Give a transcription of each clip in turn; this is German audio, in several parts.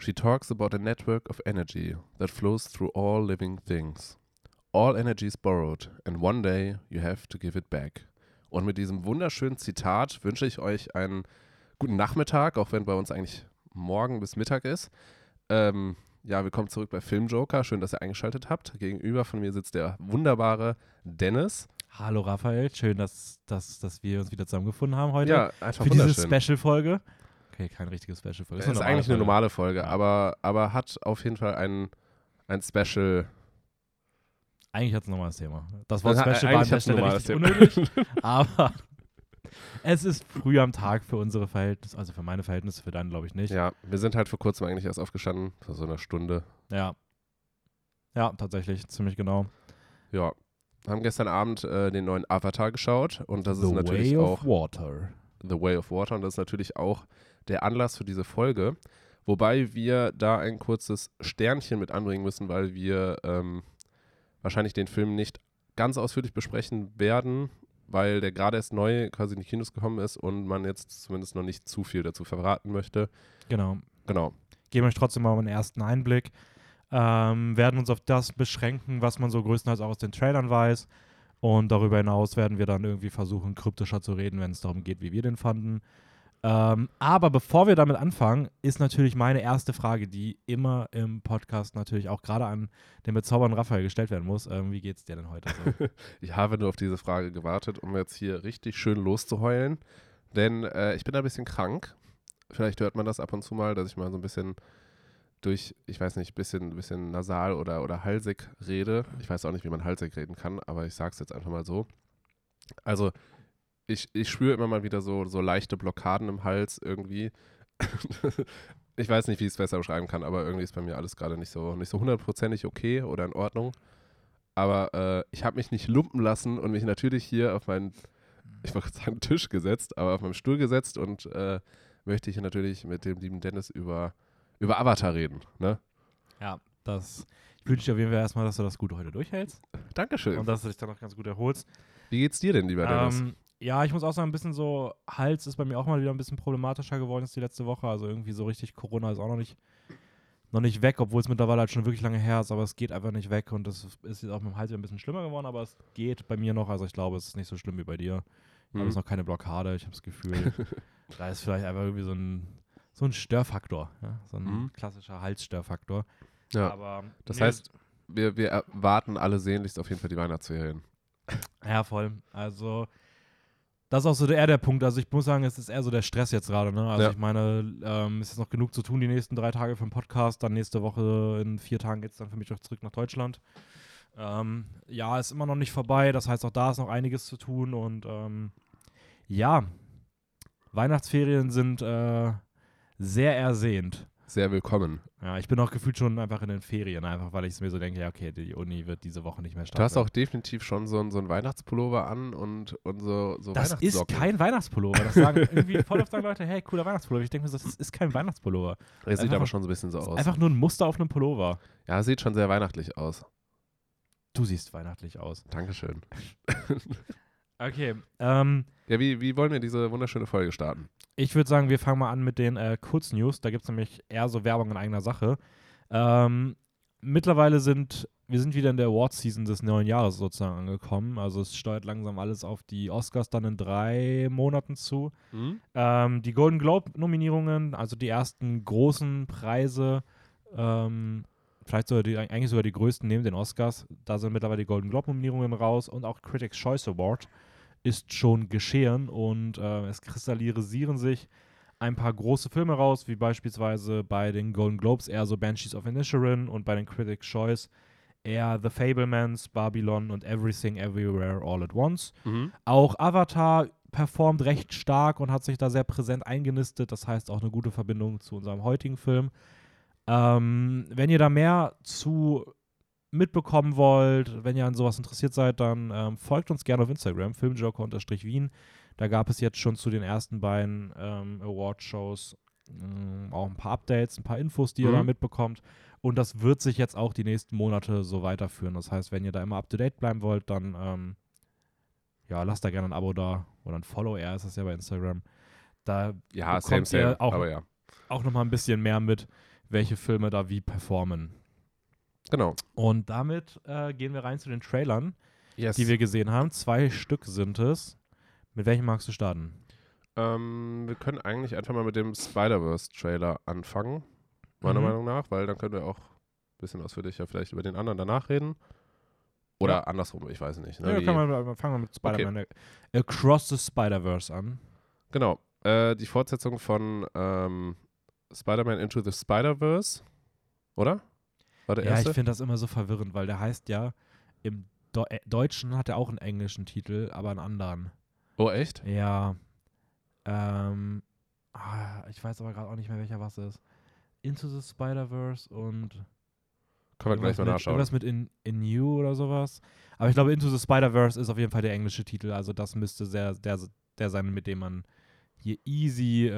She talks about a network of energy that flows through all living things. All energy is borrowed and one day you have to give it back. Und mit diesem wunderschönen Zitat wünsche ich euch einen guten Nachmittag, auch wenn bei uns eigentlich morgen bis Mittag ist. Willkommen zurück bei Filmjoker. Schön, dass ihr eingeschaltet habt. Gegenüber von mir sitzt der wunderbare Dennis. Hallo Raphael, schön, dass wir uns wieder zusammengefunden haben heute. Ja, einfach für wunderschön. diese Special-Folge. Okay, keine richtige Special-Folge. Das ist eigentlich eine normale Folge, aber hat auf jeden Fall ein Special. Eigentlich hat es ein normales Thema. Das Wort Special war an eigentlich der hat's ein Stelle normales richtig Thema. unnötig, aber es ist früh am Tag für unsere Verhältnisse, also für meine Verhältnisse, für deine glaube ich nicht. Ja, wir sind halt vor kurzem eigentlich erst aufgestanden, vor so einer Stunde. Ja, tatsächlich, ziemlich genau. Ja, haben gestern Abend den neuen Avatar geschaut und das ist natürlich The Way auch of Water. The Way of Water und das ist natürlich auch der Anlass für diese Folge, wobei wir da ein kurzes Sternchen mit anbringen müssen, weil wir wahrscheinlich den Film nicht ganz ausführlich besprechen werden, weil der gerade erst neu quasi in die Kinos gekommen ist und man jetzt zumindest noch nicht zu viel dazu verraten möchte. Genau. Geben euch trotzdem mal einen ersten Einblick. Werden uns auf das beschränken, was man so größtenteils auch aus den Trailern weiß. Und darüber hinaus werden wir dann irgendwie versuchen, kryptischer zu reden, wenn es darum geht, wie wir den fanden. Aber bevor wir damit anfangen, ist natürlich meine erste Frage, die immer im Podcast natürlich auch gerade an den bezaubernden Raphael gestellt werden muss. Wie geht's dir denn heute so? Ich habe nur auf diese Frage gewartet, um jetzt hier richtig schön loszuheulen, denn ich bin ein bisschen krank. Vielleicht hört man das ab und zu mal, dass ich mal so ein bisschen bisschen nasal oder halsig rede. Ich weiß auch nicht, wie man halsig reden kann, aber ich sage es jetzt einfach mal so. Also ich spüre immer mal wieder so leichte Blockaden im Hals irgendwie. Ich weiß nicht, wie ich es besser beschreiben kann, aber irgendwie ist bei mir alles gerade nicht so hundertprozentig okay oder in Ordnung. Aber ich habe mich nicht lumpen lassen und mich natürlich hier auf meinen, ich wollte sagen Tisch gesetzt, aber auf meinem Stuhl gesetzt und möchte hier natürlich mit dem lieben Dennis über Avatar reden, ne? Ja, ich wünsche dir auf jeden Fall erstmal, dass du das gut heute durchhältst. Dankeschön. Und dass du dich dann noch ganz gut erholst. Wie geht's dir denn, lieber Dennis? Ja, ich muss auch sagen, ein bisschen so, Hals ist bei mir auch mal wieder ein bisschen problematischer geworden jetzt die letzte Woche. Also irgendwie so richtig, Corona ist auch noch nicht weg, obwohl es mittlerweile halt schon wirklich lange her ist, aber es geht einfach nicht weg und das ist jetzt auch mit dem Hals wieder ein bisschen schlimmer geworden, aber es geht bei mir noch. Also ich glaube, es ist nicht so schlimm wie bei dir. Aber es ist noch keine Blockade. Ich habe das Gefühl, da ist vielleicht einfach irgendwie so ein Störfaktor, ja? So ein klassischer Halsstörfaktor. Ja, aber das heißt, wir erwarten alle sehnlichst auf jeden Fall die Weihnachtsferien. Ja, voll. Also das ist auch so eher der Punkt. Also ich muss sagen, es ist eher so der Stress jetzt gerade. Ne? Also ich meine, es ist noch genug zu tun die nächsten 3 Tage für den Podcast. Dann nächste Woche in 4 Tagen geht es dann für mich auch zurück nach Deutschland. Ist immer noch nicht vorbei. Das heißt, auch da ist noch einiges zu tun. Und Weihnachtsferien sind sehr ersehnt. Sehr willkommen. Ja, ich bin auch gefühlt schon einfach in den Ferien, einfach weil ich es mir so denke, ja okay, die Uni wird diese Woche nicht mehr starten. Du hast auch definitiv schon so ein Weihnachtspullover an und so Das Weihnachtssocken. ist kein Weihnachtspullover. Das sagen irgendwie voll oft sagen Leute, hey, cooler Weihnachtspullover. Ich denke mir so, das ist kein Weihnachtspullover. Er sieht aber schon so ein bisschen so aus. Einfach nur ein Muster auf einem Pullover. Ja, sieht schon sehr weihnachtlich aus. Du siehst weihnachtlich aus. Dankeschön. Okay. Wie wollen wir diese wunderschöne Folge starten? Ich würde sagen, wir fangen mal an mit den Kurznews. Da gibt es nämlich eher so Werbung in eigener Sache. Mittlerweile sind wir wieder in der Award-Season des neuen Jahres sozusagen angekommen. Also es steuert langsam alles auf die Oscars dann in 3 Monaten zu. Die Golden Globe-Nominierungen, also die ersten großen Preise, vielleicht eigentlich sogar die größten neben den Oscars, da sind mittlerweile die Golden Globe-Nominierungen raus und auch Critics' Choice Award ist schon geschehen und es kristallisieren sich ein paar große Filme raus, wie beispielsweise bei den Golden Globes eher so Banshees of Inisherin und bei den Critics' Choice eher The Fabelmans, Babylon und Everything Everywhere All at Once. Auch Avatar performt recht stark und hat sich da sehr präsent eingenistet, das heißt auch eine gute Verbindung zu unserem heutigen Film. Wenn ihr da mehr zu mitbekommen wollt, wenn ihr an sowas interessiert seid, dann folgt uns gerne auf Instagram, filmjoker_wien. Da gab es jetzt schon zu den ersten beiden Award-Shows auch ein paar Updates, ein paar Infos, die ihr da mitbekommt. Und das wird sich jetzt auch die nächsten Monate so weiterführen. Das heißt, wenn ihr da immer up-to-date bleiben wollt, dann lasst da gerne ein Abo da oder ein Follow, ist das ja bei Instagram. Da Ja, bekommt same, ihr auch aber ja. Auch nochmal ein bisschen mehr mit, welche Filme da wie performen. Genau. Und damit gehen wir rein zu den Trailern, Yes. die wir gesehen haben. 2 Stück sind es. Mit welchem magst du starten? Wir können eigentlich einfach mal mit dem Spider-Verse-Trailer anfangen, meiner Meinung nach, weil dann können wir auch ein bisschen ausführlicher vielleicht über den anderen danach reden. Oder andersrum, ich weiß nicht. Ne? Fangen wir mit Spider-Man Across the Spider-Verse an. Genau. Die Fortsetzung von Spider-Man Into the Spider-Verse, oder? War der erste? Ja, ich finde das immer so verwirrend, weil der heißt ja, im Deutschen hat er auch einen englischen Titel, aber einen anderen. Oh, echt? Ja. Ich weiß aber gerade auch nicht mehr, welcher was ist. Into the Spider-Verse und können wir gleich mal nachschauen. Irgendwas mit In You oder sowas. Aber ich glaube, Into the Spider-Verse ist auf jeden Fall der englische Titel. Also das müsste der sein, mit dem man hier easy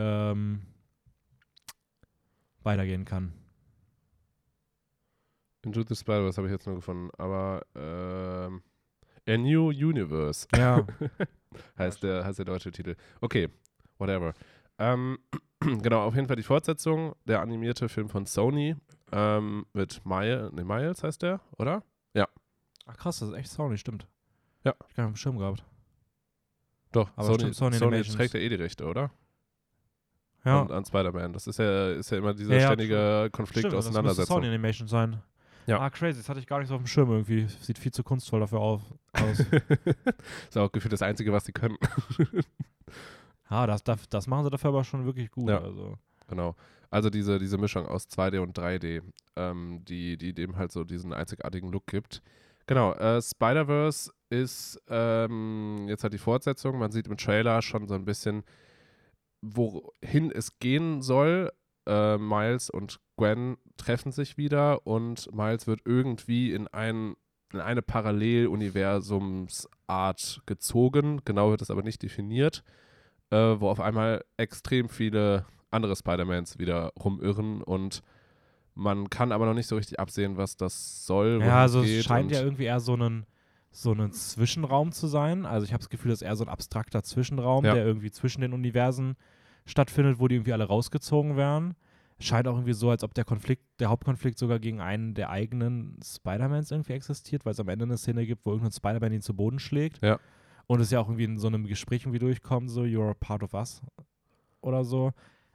weitergehen kann. Into the Spider-Verse habe ich jetzt nur gefunden. Aber A New Universe. Ja. heißt der deutsche Titel. Okay, whatever. Genau, auf jeden Fall die Fortsetzung. Der animierte Film von Sony mit Miles heißt der, oder? Ja. Ach krass, das ist echt Sony, stimmt. Ja. Ich gar nicht auf dem Schirm gehabt. Doch, aber Sony trägt ja eh die Rechte, oder? Ja. An Spider-Man. Das ist ja immer dieser ständige Konflikt, stimmt, Auseinandersetzung. Das müsste Sony Animation sein. Ja. Ah, crazy, das hatte ich gar nicht so auf dem Schirm irgendwie. Sieht viel zu kunstvoll dafür aus. Ist auch gefühlt das Einzige, was sie können. Das machen sie dafür aber schon wirklich gut. Ja, also. Genau. Also diese Mischung aus 2D und 3D, die dem halt so diesen einzigartigen Look gibt. Genau, Spider-Verse ist jetzt halt die Fortsetzung. Man sieht im Trailer schon so ein bisschen, wohin es gehen soll. Miles und Gwen treffen sich wieder und Miles wird irgendwie in eine Paralleluniversumsart gezogen. Genau wird es aber nicht definiert, wo auf einmal extrem viele andere Spider-Mans wieder rumirren und man kann aber noch nicht so richtig absehen, was das soll. Ja, also es scheint ja irgendwie eher so einen Zwischenraum zu sein. Also ich habe das Gefühl, das ist eher so ein abstrakter Zwischenraum, der irgendwie zwischen den Universen stattfindet, wo die irgendwie alle rausgezogen werden. Scheint auch irgendwie so, als ob der Hauptkonflikt sogar gegen einen der eigenen Spider-Mans irgendwie existiert, weil es am Ende eine Szene gibt, wo irgendein Spider-Man ihn zu Boden schlägt. Ja. Und es ja auch irgendwie in so einem Gespräch irgendwie durchkommt, so, you're a part of us oder so.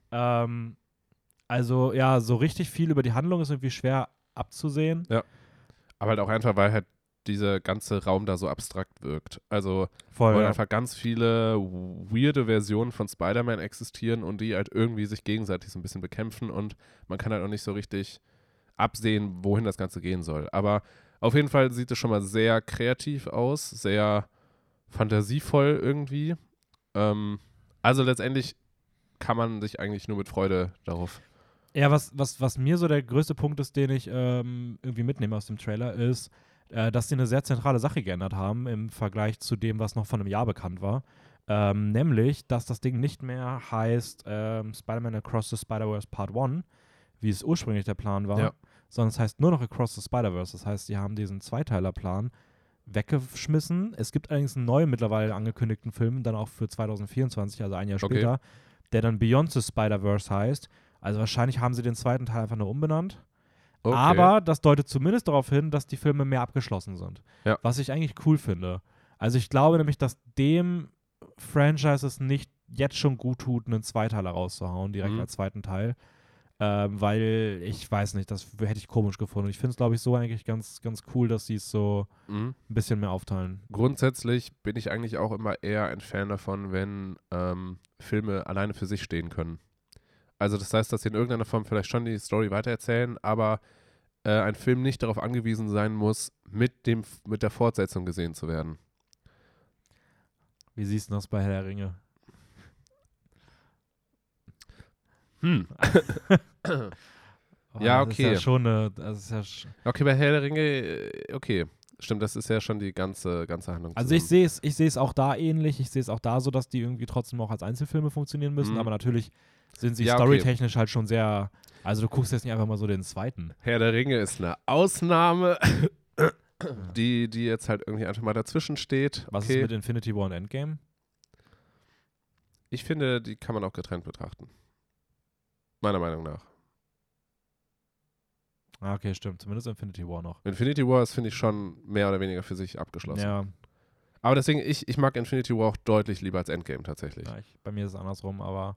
Also, ja, so richtig viel über die Handlung ist irgendwie schwer abzusehen. Ja. Aber halt auch einfach, weil halt dieser ganze Raum da so abstrakt wirkt. Also, weil einfach ganz viele weirde Versionen von Spider-Man existieren und die halt irgendwie sich gegenseitig so ein bisschen bekämpfen und man kann halt auch nicht so richtig absehen, wohin das Ganze gehen soll. Aber auf jeden Fall sieht es schon mal sehr kreativ aus, sehr fantasievoll irgendwie. Also letztendlich kann man sich eigentlich nur mit Freude darauf. Ja, was mir so der größte Punkt ist, den ich irgendwie mitnehme aus dem Trailer, ist, dass sie eine sehr zentrale Sache geändert haben im Vergleich zu dem, was noch von einem Jahr bekannt war. Nämlich, dass das Ding nicht mehr heißt Spider-Man Across the Spider-Verse Part 1, wie es ursprünglich der Plan war, sondern es heißt nur noch Across the Spider-Verse. Das heißt, sie haben diesen Zweiteiler-Plan weggeschmissen. Es gibt allerdings einen neuen, mittlerweile angekündigten Film, dann auch für 2024, also ein Jahr später, der dann Beyond the Spider-Verse heißt. Also wahrscheinlich haben sie den zweiten Teil einfach nur umbenannt. Okay. Aber das deutet zumindest darauf hin, dass die Filme mehr abgeschlossen sind. Ja. Was ich eigentlich cool finde. Also ich glaube nämlich, dass dem Franchise es nicht jetzt schon gut tut, einen Zweiteiler rauszuhauen, direkt als zweiten Teil. Weil ich weiß nicht, das hätte ich komisch gefunden. Ich finde es, glaube ich, so eigentlich ganz, ganz cool, dass sie es so ein bisschen mehr aufteilen. Grundsätzlich bin ich eigentlich auch immer eher ein Fan davon, wenn Filme alleine für sich stehen können. Also das heißt, dass sie in irgendeiner Form vielleicht schon die Story weitererzählen, aber ein Film nicht darauf angewiesen sein muss, mit der Fortsetzung gesehen zu werden. Wie siehst du das bei Herr der Ringe? Ja, okay. Das ist ja schon okay, bei Herr der Ringe, okay. Stimmt, das ist ja schon die ganze Handlung. Also ich sehe es auch da ähnlich. Ich sehe es auch da so, dass die irgendwie trotzdem auch als Einzelfilme funktionieren müssen. Aber natürlich sind sie storytechnisch halt schon sehr. Also du guckst jetzt nicht einfach mal so den zweiten. Herr der Ringe ist eine Ausnahme, die jetzt halt irgendwie einfach mal dazwischen steht. Was ist mit Infinity War und Endgame? Ich finde, die kann man auch getrennt betrachten. Meiner Meinung nach. Ah, okay, stimmt. Zumindest Infinity War noch. Infinity War ist, finde ich, schon mehr oder weniger für sich abgeschlossen. Ja. Aber deswegen, ich mag Infinity War auch deutlich lieber als Endgame tatsächlich. Ja, bei mir ist es andersrum, aber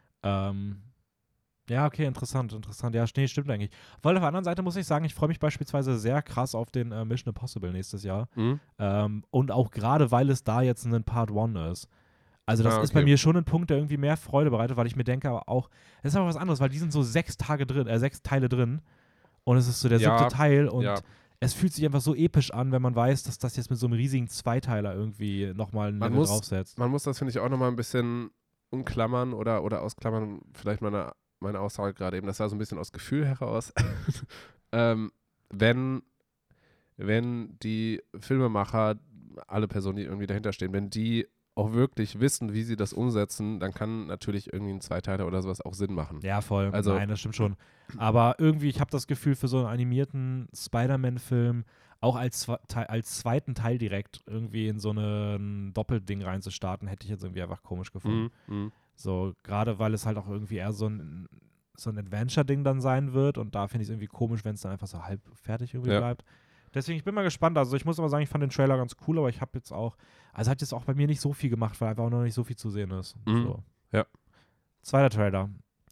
ja, okay, interessant. Ja, nee, stimmt eigentlich. Weil auf der anderen Seite muss ich sagen, ich freue mich beispielsweise sehr krass auf den Mission Impossible nächstes Jahr. Und auch gerade, weil es da jetzt ein Part 1 ist. Also das ist bei mir schon ein Punkt, der irgendwie mehr Freude bereitet, weil ich mir denke, aber auch, es ist aber was anderes, weil die sind so 6 Teile drin und es ist so der 7. Teil und es fühlt sich einfach so episch an, wenn man weiß, dass das jetzt mit so einem riesigen Zweiteiler irgendwie nochmal ein Level draufsetzt. Man muss das, finde ich, auch nochmal ein bisschen umklammern oder ausklammern, vielleicht meine Aussage gerade eben, das war so ein bisschen aus Gefühl heraus. Wenn die Filmemacher, alle Personen, die irgendwie dahinter stehen, wenn die auch wirklich wissen, wie sie das umsetzen, dann kann natürlich irgendwie ein Zweiteiler oder sowas auch Sinn machen. Ja, voll. Also, nein, das stimmt schon. Aber irgendwie, ich habe das Gefühl, für so einen animierten Spider-Man-Film auch als zweiten Teil direkt irgendwie in so ein Doppelding reinzustarten, hätte ich jetzt irgendwie einfach komisch gefunden. So, gerade weil es halt auch irgendwie eher so ein Adventure-Ding dann sein wird und da finde ich es irgendwie komisch, wenn es dann einfach so halb fertig irgendwie bleibt. Deswegen, ich bin mal gespannt. Also ich muss aber sagen, ich fand den Trailer ganz cool, aber ich habe jetzt auch, also hat jetzt auch bei mir nicht so viel gemacht, weil einfach auch noch nicht so viel zu sehen ist. So. Ja. Zweiter Trailer.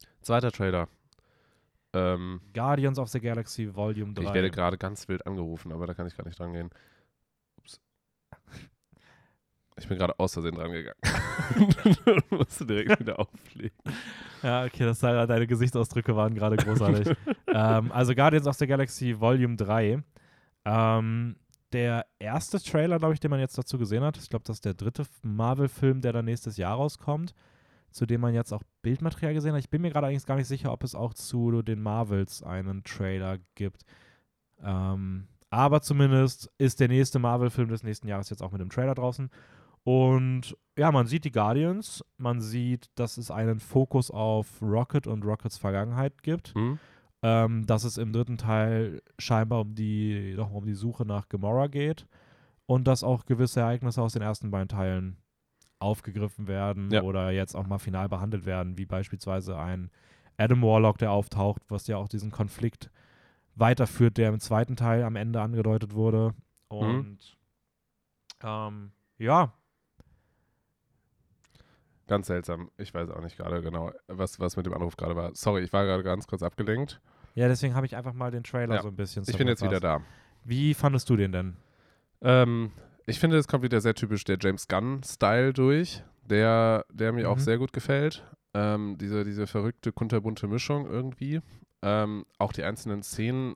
Guardians of the Galaxy Volume 3. Ich werde gerade ganz wild angerufen, aber da kann ich gar nicht dran gehen. Ups. Ich bin gerade aus Versehen dran gegangen. Musst du direkt wieder auflegen. Ja, okay, deine Gesichtsausdrücke waren gerade großartig. Also Guardians of the Galaxy Volume 3. Der erste Trailer, glaube ich, den man jetzt dazu gesehen hat, ich glaube, das ist der 3. Marvel-Film, der dann nächstes Jahr rauskommt, zu dem man jetzt auch Bildmaterial gesehen hat. Ich bin mir gerade eigentlich gar nicht sicher, ob es auch zu den Marvels einen Trailer gibt. Aber zumindest ist der nächste Marvel-Film des nächsten Jahres jetzt auch mit dem Trailer draußen. Und ja, man sieht die Guardians, man sieht, dass es einen Fokus auf Rocket und Rockets Vergangenheit gibt. Dass es im 3. Teil scheinbar um die Suche nach Gamora geht und dass auch gewisse Ereignisse aus den ersten beiden Teilen aufgegriffen werden oder jetzt auch mal final behandelt werden, wie beispielsweise ein Adam Warlock, der auftaucht, was ja auch diesen Konflikt weiterführt, der im 2. Teil am Ende angedeutet wurde. Und ja. Ganz seltsam. Ich weiß auch nicht gerade genau, was mit dem Anruf gerade war. Sorry, ich war gerade ganz kurz abgelenkt. Ja, deswegen habe ich einfach mal den Trailer so ein bisschen Ich bin jetzt wieder da. Wie fandest du den denn? Ich finde, es kommt wieder sehr typisch der James Gunn-Style durch, der mir auch sehr gut gefällt. Diese verrückte, kunterbunte Mischung irgendwie. Auch die einzelnen Szenen.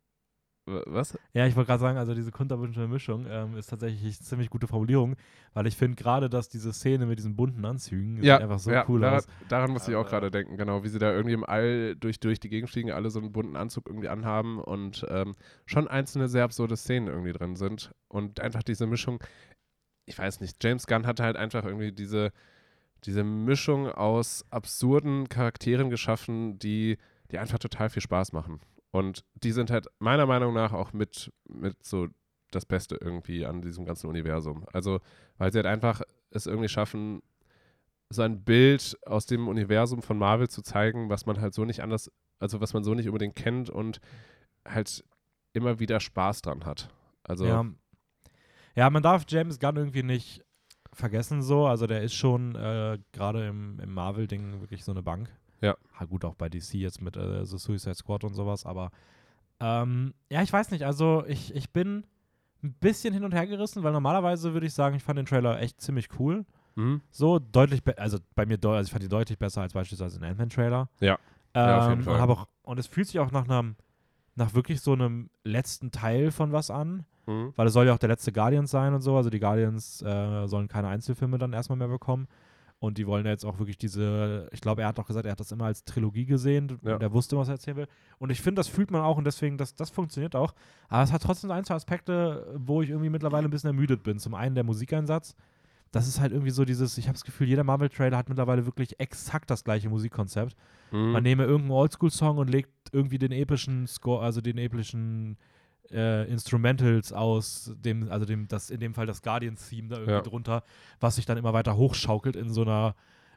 Was? Ja, ich wollte gerade sagen, also diese kunterbunte Mischung ist tatsächlich eine ziemlich gute Formulierung, weil ich finde gerade, dass diese Szene mit diesen bunten Anzügen sieht einfach so cool aus. Daran muss ich auch gerade denken, genau, wie sie da irgendwie im All durch die Gegend fliegen, alle so einen bunten Anzug irgendwie anhaben und schon einzelne sehr absurde Szenen irgendwie drin sind und einfach diese Mischung, ich weiß nicht, James Gunn hat halt einfach irgendwie diese Mischung aus absurden Charakteren geschaffen, die einfach total viel Spaß machen. Und die sind halt meiner Meinung nach auch mit so das Beste irgendwie an diesem ganzen Universum. Also, weil sie halt einfach es irgendwie schaffen, so ein Bild aus dem Universum von Marvel zu zeigen, was man halt so nicht anders, also was man so nicht unbedingt kennt und halt immer wieder Spaß dran hat. Also ja, man darf James Gunn irgendwie nicht vergessen so. Also der ist schon gerade im Marvel-Ding wirklich so eine Bank. Ja. Gut, auch bei DC jetzt mit The Suicide Squad und sowas, aber ja, ich weiß nicht, also ich bin ein bisschen hin und her gerissen, weil normalerweise würde ich sagen, ich fand den Trailer echt ziemlich cool. So deutlich, also bei mir, also ich fand ihn deutlich besser als beispielsweise den Ant-Man-Trailer. Ja, auf jeden Fall. Und es fühlt sich auch nach wirklich so einem letzten Teil von was an, weil es soll ja auch der letzte Guardians sein und so, also die Guardians sollen keine Einzelfilme dann erstmal mehr bekommen. Und die wollen ja jetzt auch wirklich ich glaube, er hat auch gesagt, er hat das immer als Trilogie gesehen und er wusste, was er erzählen will. Und ich finde, das fühlt man auch und deswegen, das funktioniert auch. Aber es hat trotzdem ein, zwei Aspekte, wo ich irgendwie mittlerweile ein bisschen ermüdet bin. Zum einen der Musikeinsatz. Das ist halt irgendwie so ich habe das Gefühl, jeder Marvel-Trailer hat mittlerweile wirklich exakt das gleiche Musikkonzept. Man nehme irgendeinen Oldschool-Song und legt irgendwie den epischen Score, also den epischen Instrumentals aus in dem Fall das Guardians-Theme da irgendwie drunter, was sich dann immer weiter hochschaukelt in so einer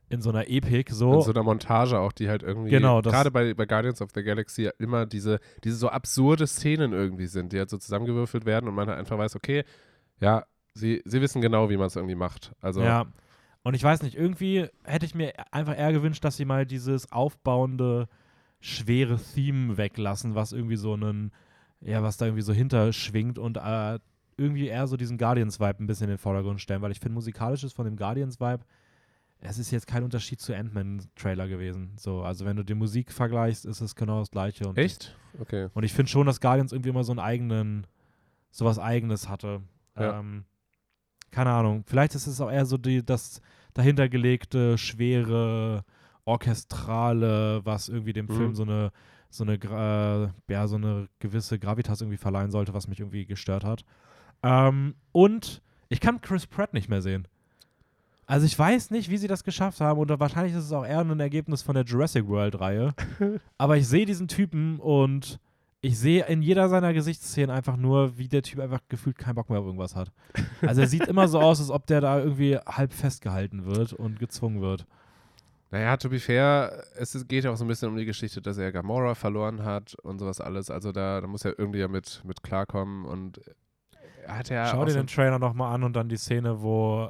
in so einer Epik so. In so einer Montage auch, die halt irgendwie, Genau, gerade bei Guardians of the Galaxy immer diese so absurde Szenen irgendwie sind, die halt so zusammengewürfelt werden und man halt einfach weiß, okay, ja, sie wissen genau, wie man es irgendwie macht. Also, ja, und ich weiß nicht, irgendwie hätte ich mir einfach eher gewünscht, dass sie mal dieses aufbauende, schwere Theme weglassen, was irgendwie so was da irgendwie so hinterschwingt und irgendwie eher so diesen Guardians-Vibe ein bisschen in den Vordergrund stellen, weil ich finde, musikalisch ist von dem Guardians-Vibe, es ist jetzt kein Unterschied zu Ant-Man-Trailer gewesen. So, also wenn du die Musik vergleichst, ist es genau das Gleiche. Und echt? Okay. Und ich finde schon, dass Guardians irgendwie immer so was Eigenes hatte. Ja. Keine Ahnung. Vielleicht ist es auch eher so das dahintergelegte, schwere, orchestrale, was irgendwie dem Film so eine gewisse Gravitas irgendwie verleihen sollte, was mich irgendwie gestört hat. Und ich kann Chris Pratt nicht mehr sehen. Also ich weiß nicht, wie sie das geschafft haben, und wahrscheinlich ist es auch eher ein Ergebnis von der Jurassic World-Reihe. Aber ich sehe diesen Typen und ich sehe in jeder seiner Gesichtsszenen einfach nur, wie der Typ einfach gefühlt keinen Bock mehr auf irgendwas hat. Also er sieht immer so aus, als ob der da irgendwie halb festgehalten wird und gezwungen wird. Naja, to be fair, geht ja auch so ein bisschen um die Geschichte, dass er Gamora verloren hat und sowas alles. Also da muss er irgendwie ja mit klarkommen, und er hat ja Schau auch dir so den Trailer nochmal an und dann die Szene, wo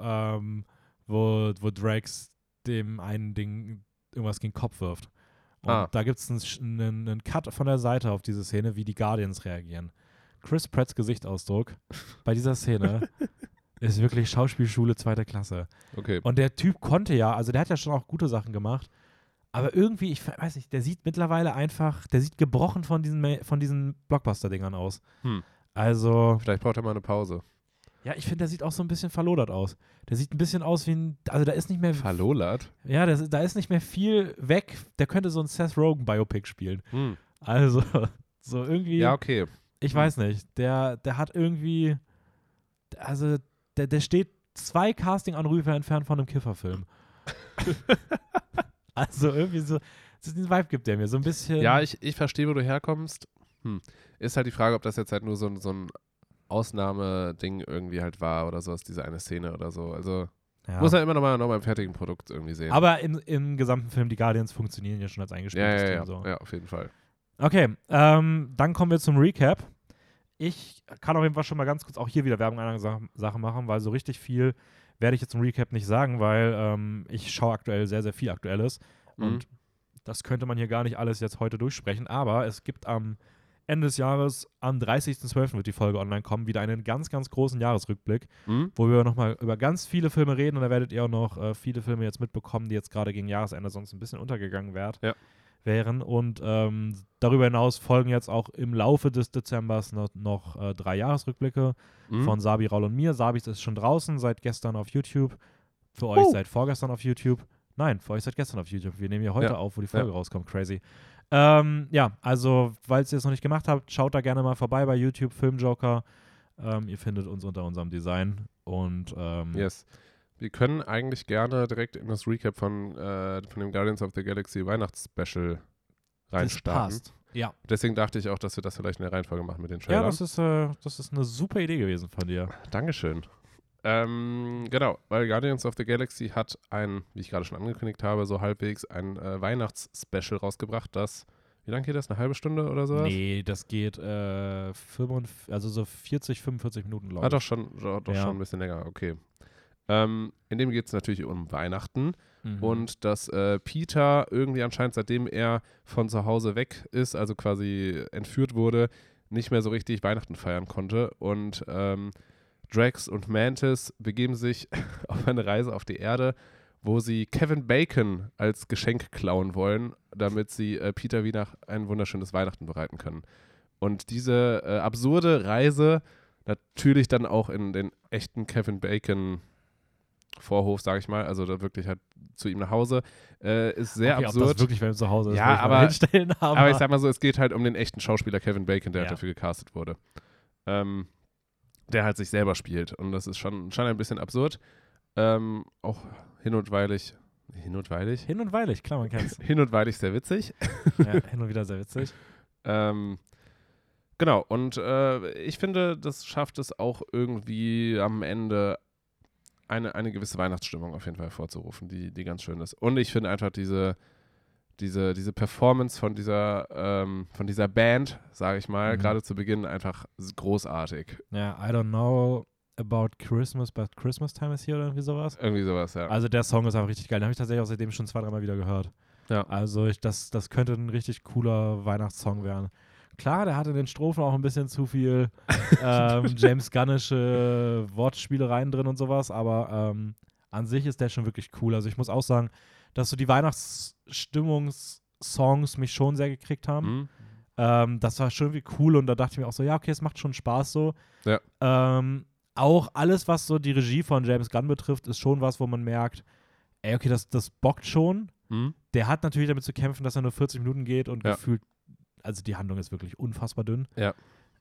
Drax dem einen Ding irgendwas gegen den Kopf wirft. Und da gibt es einen Cut von der Seite auf diese Szene, wie die Guardians reagieren. Chris Pratts Gesichtsausdruck bei dieser Szene ist wirklich Schauspielschule 2. Klasse. Okay. Und der Typ konnte ja, also der hat ja schon auch gute Sachen gemacht, aber irgendwie, ich weiß nicht, der sieht mittlerweile einfach, der sieht gebrochen von diesen Blockbuster-Dingern aus. Also. Vielleicht braucht er mal eine Pause. Ja, ich finde, der sieht auch so ein bisschen verlodert aus. Der sieht ein bisschen aus wie also da ist nicht mehr. Verlodert? Ja, da ist nicht mehr viel weg. Der könnte so ein Seth Rogen-Biopic spielen. Also, so irgendwie. Ja, okay. Ich weiß nicht. Der hat irgendwie. Also, der steht 2 Casting-Anrufe entfernt von einem Kifferfilm. Also, irgendwie so. Diesen Vibe gibt der mir so ein bisschen. Ja, ich verstehe, wo du herkommst. Ist halt die Frage, ob das jetzt halt nur so ein Ausnahmeding irgendwie halt war oder sowas, diese eine Szene oder so. Also muss er immer noch mal im fertigen Produkt irgendwie sehen. Aber im gesamten Film, die Guardians funktionieren ja schon als eingespieltes Team. So. Ja, auf jeden Fall. Okay, dann kommen wir zum Recap. Ich kann auf jeden Fall schon mal ganz kurz auch hier wieder Werbung einer Sache machen, weil so richtig viel werde ich jetzt im Recap nicht sagen, weil ich schaue aktuell sehr, sehr viel Aktuelles. Und das könnte man hier gar nicht alles jetzt heute durchsprechen. Aber es gibt am Ende des Jahres, am 30.12. wird die Folge online kommen, wieder einen ganz, ganz großen Jahresrückblick, wo wir nochmal über ganz viele Filme reden, und da werdet ihr auch noch viele Filme jetzt mitbekommen, die jetzt gerade gegen Jahresende sonst ein bisschen untergegangen wären. Und darüber hinaus folgen jetzt auch im Laufe des Dezembers noch 3 Jahresrückblicke von Sabi, Raul und mir. Sabi ist schon draußen, seit gestern auf YouTube. Für euch seit vorgestern auf YouTube. Nein, für euch seit gestern auf YouTube. Wir nehmen ja heute auf, wo die Folge rauskommt. Crazy. Also, falls ihr es noch nicht gemacht habt, schaut da gerne mal vorbei bei YouTube, Filmjoker. Ihr findet uns unter unserem Design. Und yes. Wir können eigentlich gerne direkt in das Recap von dem Guardians of the Galaxy Weihnachtsspecial reinstarten. Das passt. Ja. Deswegen dachte ich auch, dass wir das vielleicht in der Reihenfolge machen mit den Trailern. Ja, das ist eine super Idee gewesen von dir. Dankeschön. Genau, weil Guardians of the Galaxy hat wie ich gerade schon angekündigt habe, so halbwegs ein Weihnachtsspecial rausgebracht, wie lange geht das? Eine halbe Stunde oder sowas? Nee, das geht so 40, 45 Minuten, glaube ich. Doch schon ein bisschen länger, okay. In dem geht es natürlich um Weihnachten und dass Peter irgendwie anscheinend, seitdem er von zu Hause weg ist, also quasi entführt wurde, nicht mehr so richtig Weihnachten feiern konnte, und Drax und Mantis begeben sich auf eine Reise auf die Erde, wo sie Kevin Bacon als Geschenk klauen wollen, damit sie Peter wieder ein wunderschönes Weihnachten bereiten können. Und diese absurde Reise, natürlich dann auch in den echten Kevin Bacon Vorhof, sage ich mal, also da wirklich halt zu ihm nach Hause, ist sehr absurd. Ob das wirklich bei ihm zu Hause ist, ja, aber ich sag mal so, es geht halt um den echten Schauspieler Kevin Bacon, der halt dafür gecastet wurde. Der halt sich selber spielt, und das ist schon ein bisschen absurd. Auch hin und weilig, klar, man kennt's. Hin und weilig sehr witzig. Ja, hin und wieder sehr witzig. Genau, und ich finde, das schafft es auch irgendwie am Ende eine gewisse Weihnachtsstimmung auf jeden Fall hervorzurufen, die ganz schön ist. Und ich finde einfach diese Performance von dieser Band, sage ich mal, gerade zu Beginn einfach großartig. Ja, I don't know about Christmas, but Christmas time is here oder irgendwie sowas. Irgendwie sowas, ja. Also der Song ist einfach richtig geil. Den habe ich tatsächlich auch seitdem schon 2-3 Mal wieder gehört. Ja. Also das könnte ein richtig cooler Weihnachtssong werden. Klar, der hat in den Strophen auch ein bisschen zu viel James Gunnische Wortspielereien drin und sowas, aber an sich ist der schon wirklich cool. Also ich muss auch sagen, dass so die Weihnachtsstimmungssongs mich schon sehr gekriegt haben. Das war schon irgendwie cool und da dachte ich mir auch so, ja, okay, es macht schon Spaß so. Ja. Auch alles, was so die Regie von James Gunn betrifft, ist schon was, wo man merkt, ey, okay, das bockt schon. Der hat natürlich damit zu kämpfen, dass er nur 40 Minuten geht und gefühlt, also die Handlung ist wirklich unfassbar dünn. Ja.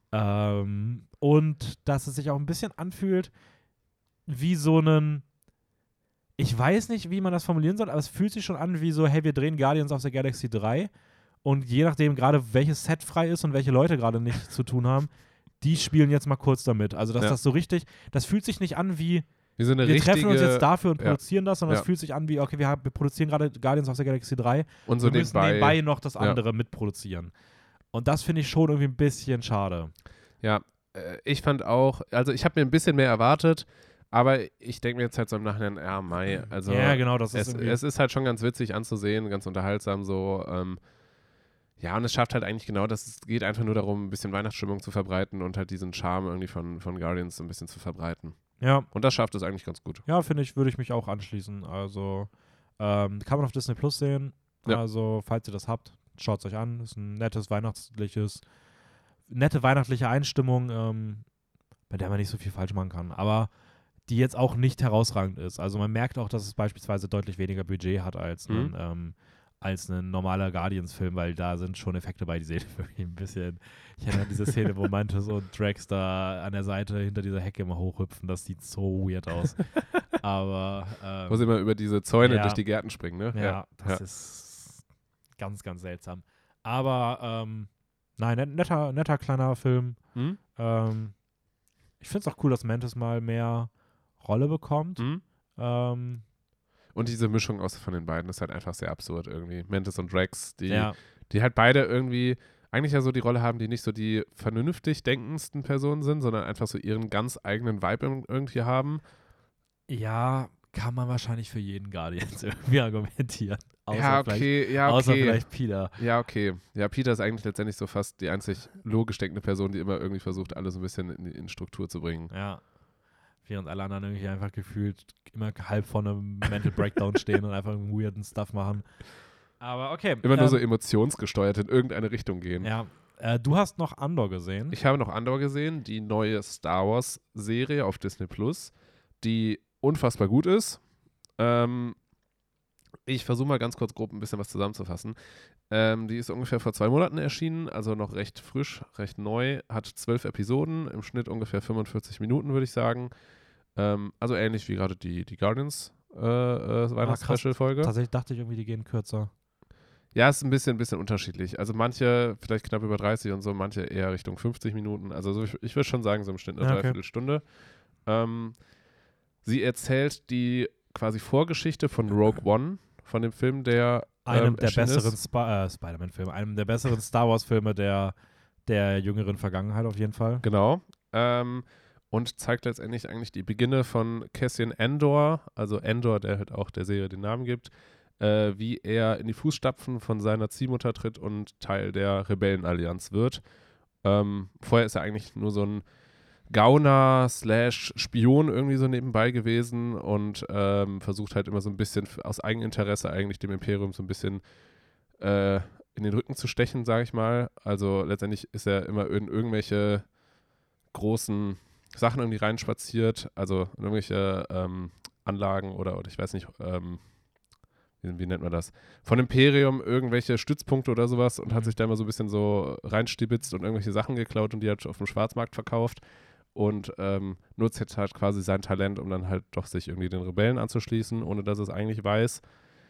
Und dass es sich auch ein bisschen anfühlt wie so ein, ich weiß nicht, wie man das formulieren soll, aber es fühlt sich schon an wie so, hey, wir drehen Guardians of the Galaxy 3 und je nachdem gerade welches Set frei ist und welche Leute gerade nichts zu tun haben, die spielen jetzt mal kurz damit. Also dass das so richtig, das fühlt sich nicht an wie so eine wir treffen uns jetzt dafür und produzieren das, sondern es Ja. fühlt sich an wie, okay, wir produzieren gerade Guardians of the Galaxy 3 und so wir müssen nebenbei noch das andere mitproduzieren. Und das finde ich schon irgendwie ein bisschen schade. Ja, ich fand auch, also ich habe mir ein bisschen mehr erwartet, aber ich denke mir jetzt halt so im Nachhinein, ja, Mai, also ja, genau, das ist es ist halt schon ganz witzig anzusehen, ganz unterhaltsam so, ja, und es schafft halt eigentlich genau das, es geht einfach nur darum, ein bisschen Weihnachtsstimmung zu verbreiten und halt diesen Charme irgendwie von Guardians ein bisschen zu verbreiten. Ja. Und das schafft es eigentlich ganz gut. Ja, finde ich, würde ich mich auch anschließen. Also kann man auf Disney Plus sehen. Ja. Also, falls ihr das habt, schaut es euch an. Ist ein nette weihnachtliche Einstimmung, bei der man nicht so viel falsch machen kann. Aber die jetzt auch nicht herausragend ist. Also man merkt auch, dass es beispielsweise deutlich weniger Budget hat als ein normaler Guardians-Film, weil da sind schon Effekte bei, die sehen wirklich ein bisschen. Ich erinnere an diese Szene, wo Mantis und Drax da an der Seite hinter dieser Hecke immer hochhüpfen. Das sieht so weird aus. Aber wo sie immer über diese Zäune ja. durch die Gärten springen, ne? Ja, das ist ganz, ganz seltsam. Aber nein, netter kleiner Film. Ich finde es auch cool, dass Mantis mal mehr Rolle bekommt. Und diese Mischung von den beiden ist halt einfach sehr absurd irgendwie. Mantis und Drax, die Ja. halt beide irgendwie eigentlich ja so die Rolle haben, die nicht so die vernünftig denkendsten Personen sind, sondern einfach so ihren ganz eigenen Vibe irgendwie haben. Ja, kann man wahrscheinlich für jeden Guardians irgendwie argumentieren. Außer vielleicht Peter. Ja, okay. Ja, Peter ist eigentlich letztendlich so fast die einzig logisch denkende Person, die immer irgendwie versucht, alles ein bisschen in Struktur zu bringen. Ja. Während alle anderen irgendwie einfach gefühlt immer halb vor einem Mental Breakdown stehen und einfach einen weirden Stuff machen. Aber okay. Immer nur so emotionsgesteuert in irgendeine Richtung gehen. Ja. Du hast noch Andor gesehen. Ich habe noch Andor gesehen, die neue Star Wars Serie auf Disney Plus, die unfassbar gut ist. Ich versuche mal ganz kurz grob ein bisschen was zusammenzufassen. Die ist ungefähr vor 2 Monaten erschienen, also noch recht frisch, recht neu, hat 12 Episoden, im Schnitt ungefähr 45 Minuten, würde ich sagen. Also ähnlich wie gerade die Guardians Weihnachts-Special-Folge. Tatsächlich dachte ich irgendwie, die gehen kürzer. Ja, ist ein bisschen unterschiedlich. Also manche vielleicht knapp über 30 und so, manche eher Richtung 50 Minuten. Also so, ich würde schon sagen, so im Schnitt eine Dreiviertelstunde. Sie erzählt die quasi Vorgeschichte von Rogue One, von dem Film, der einem der besseren Spider-Man-Filme, einem der besseren Star Wars-Filme der jüngeren Vergangenheit auf jeden Fall. Genau. Und zeigt letztendlich eigentlich die Beginne von Cassian Andor, also Andor, der halt auch der Serie den Namen gibt, wie er in die Fußstapfen von seiner Ziehmutter tritt und Teil der Rebellenallianz wird. Vorher ist er eigentlich nur so ein Gauner/Spion irgendwie so nebenbei gewesen und versucht halt immer so ein bisschen aus Eigeninteresse eigentlich dem Imperium so ein bisschen in den Rücken zu stechen, sage ich mal. Also letztendlich ist er immer in irgendwelche großen Sachen irgendwie reinspaziert, also in irgendwelche Anlagen oder ich weiß nicht, wie nennt man das? Von Imperium irgendwelche Stützpunkte oder sowas und hat sich da immer so ein bisschen so reinstibitzt und irgendwelche Sachen geklaut und die halt auf dem Schwarzmarkt verkauft und nutzt jetzt halt quasi sein Talent, um dann halt doch sich irgendwie den Rebellen anzuschließen, ohne dass es eigentlich weiß.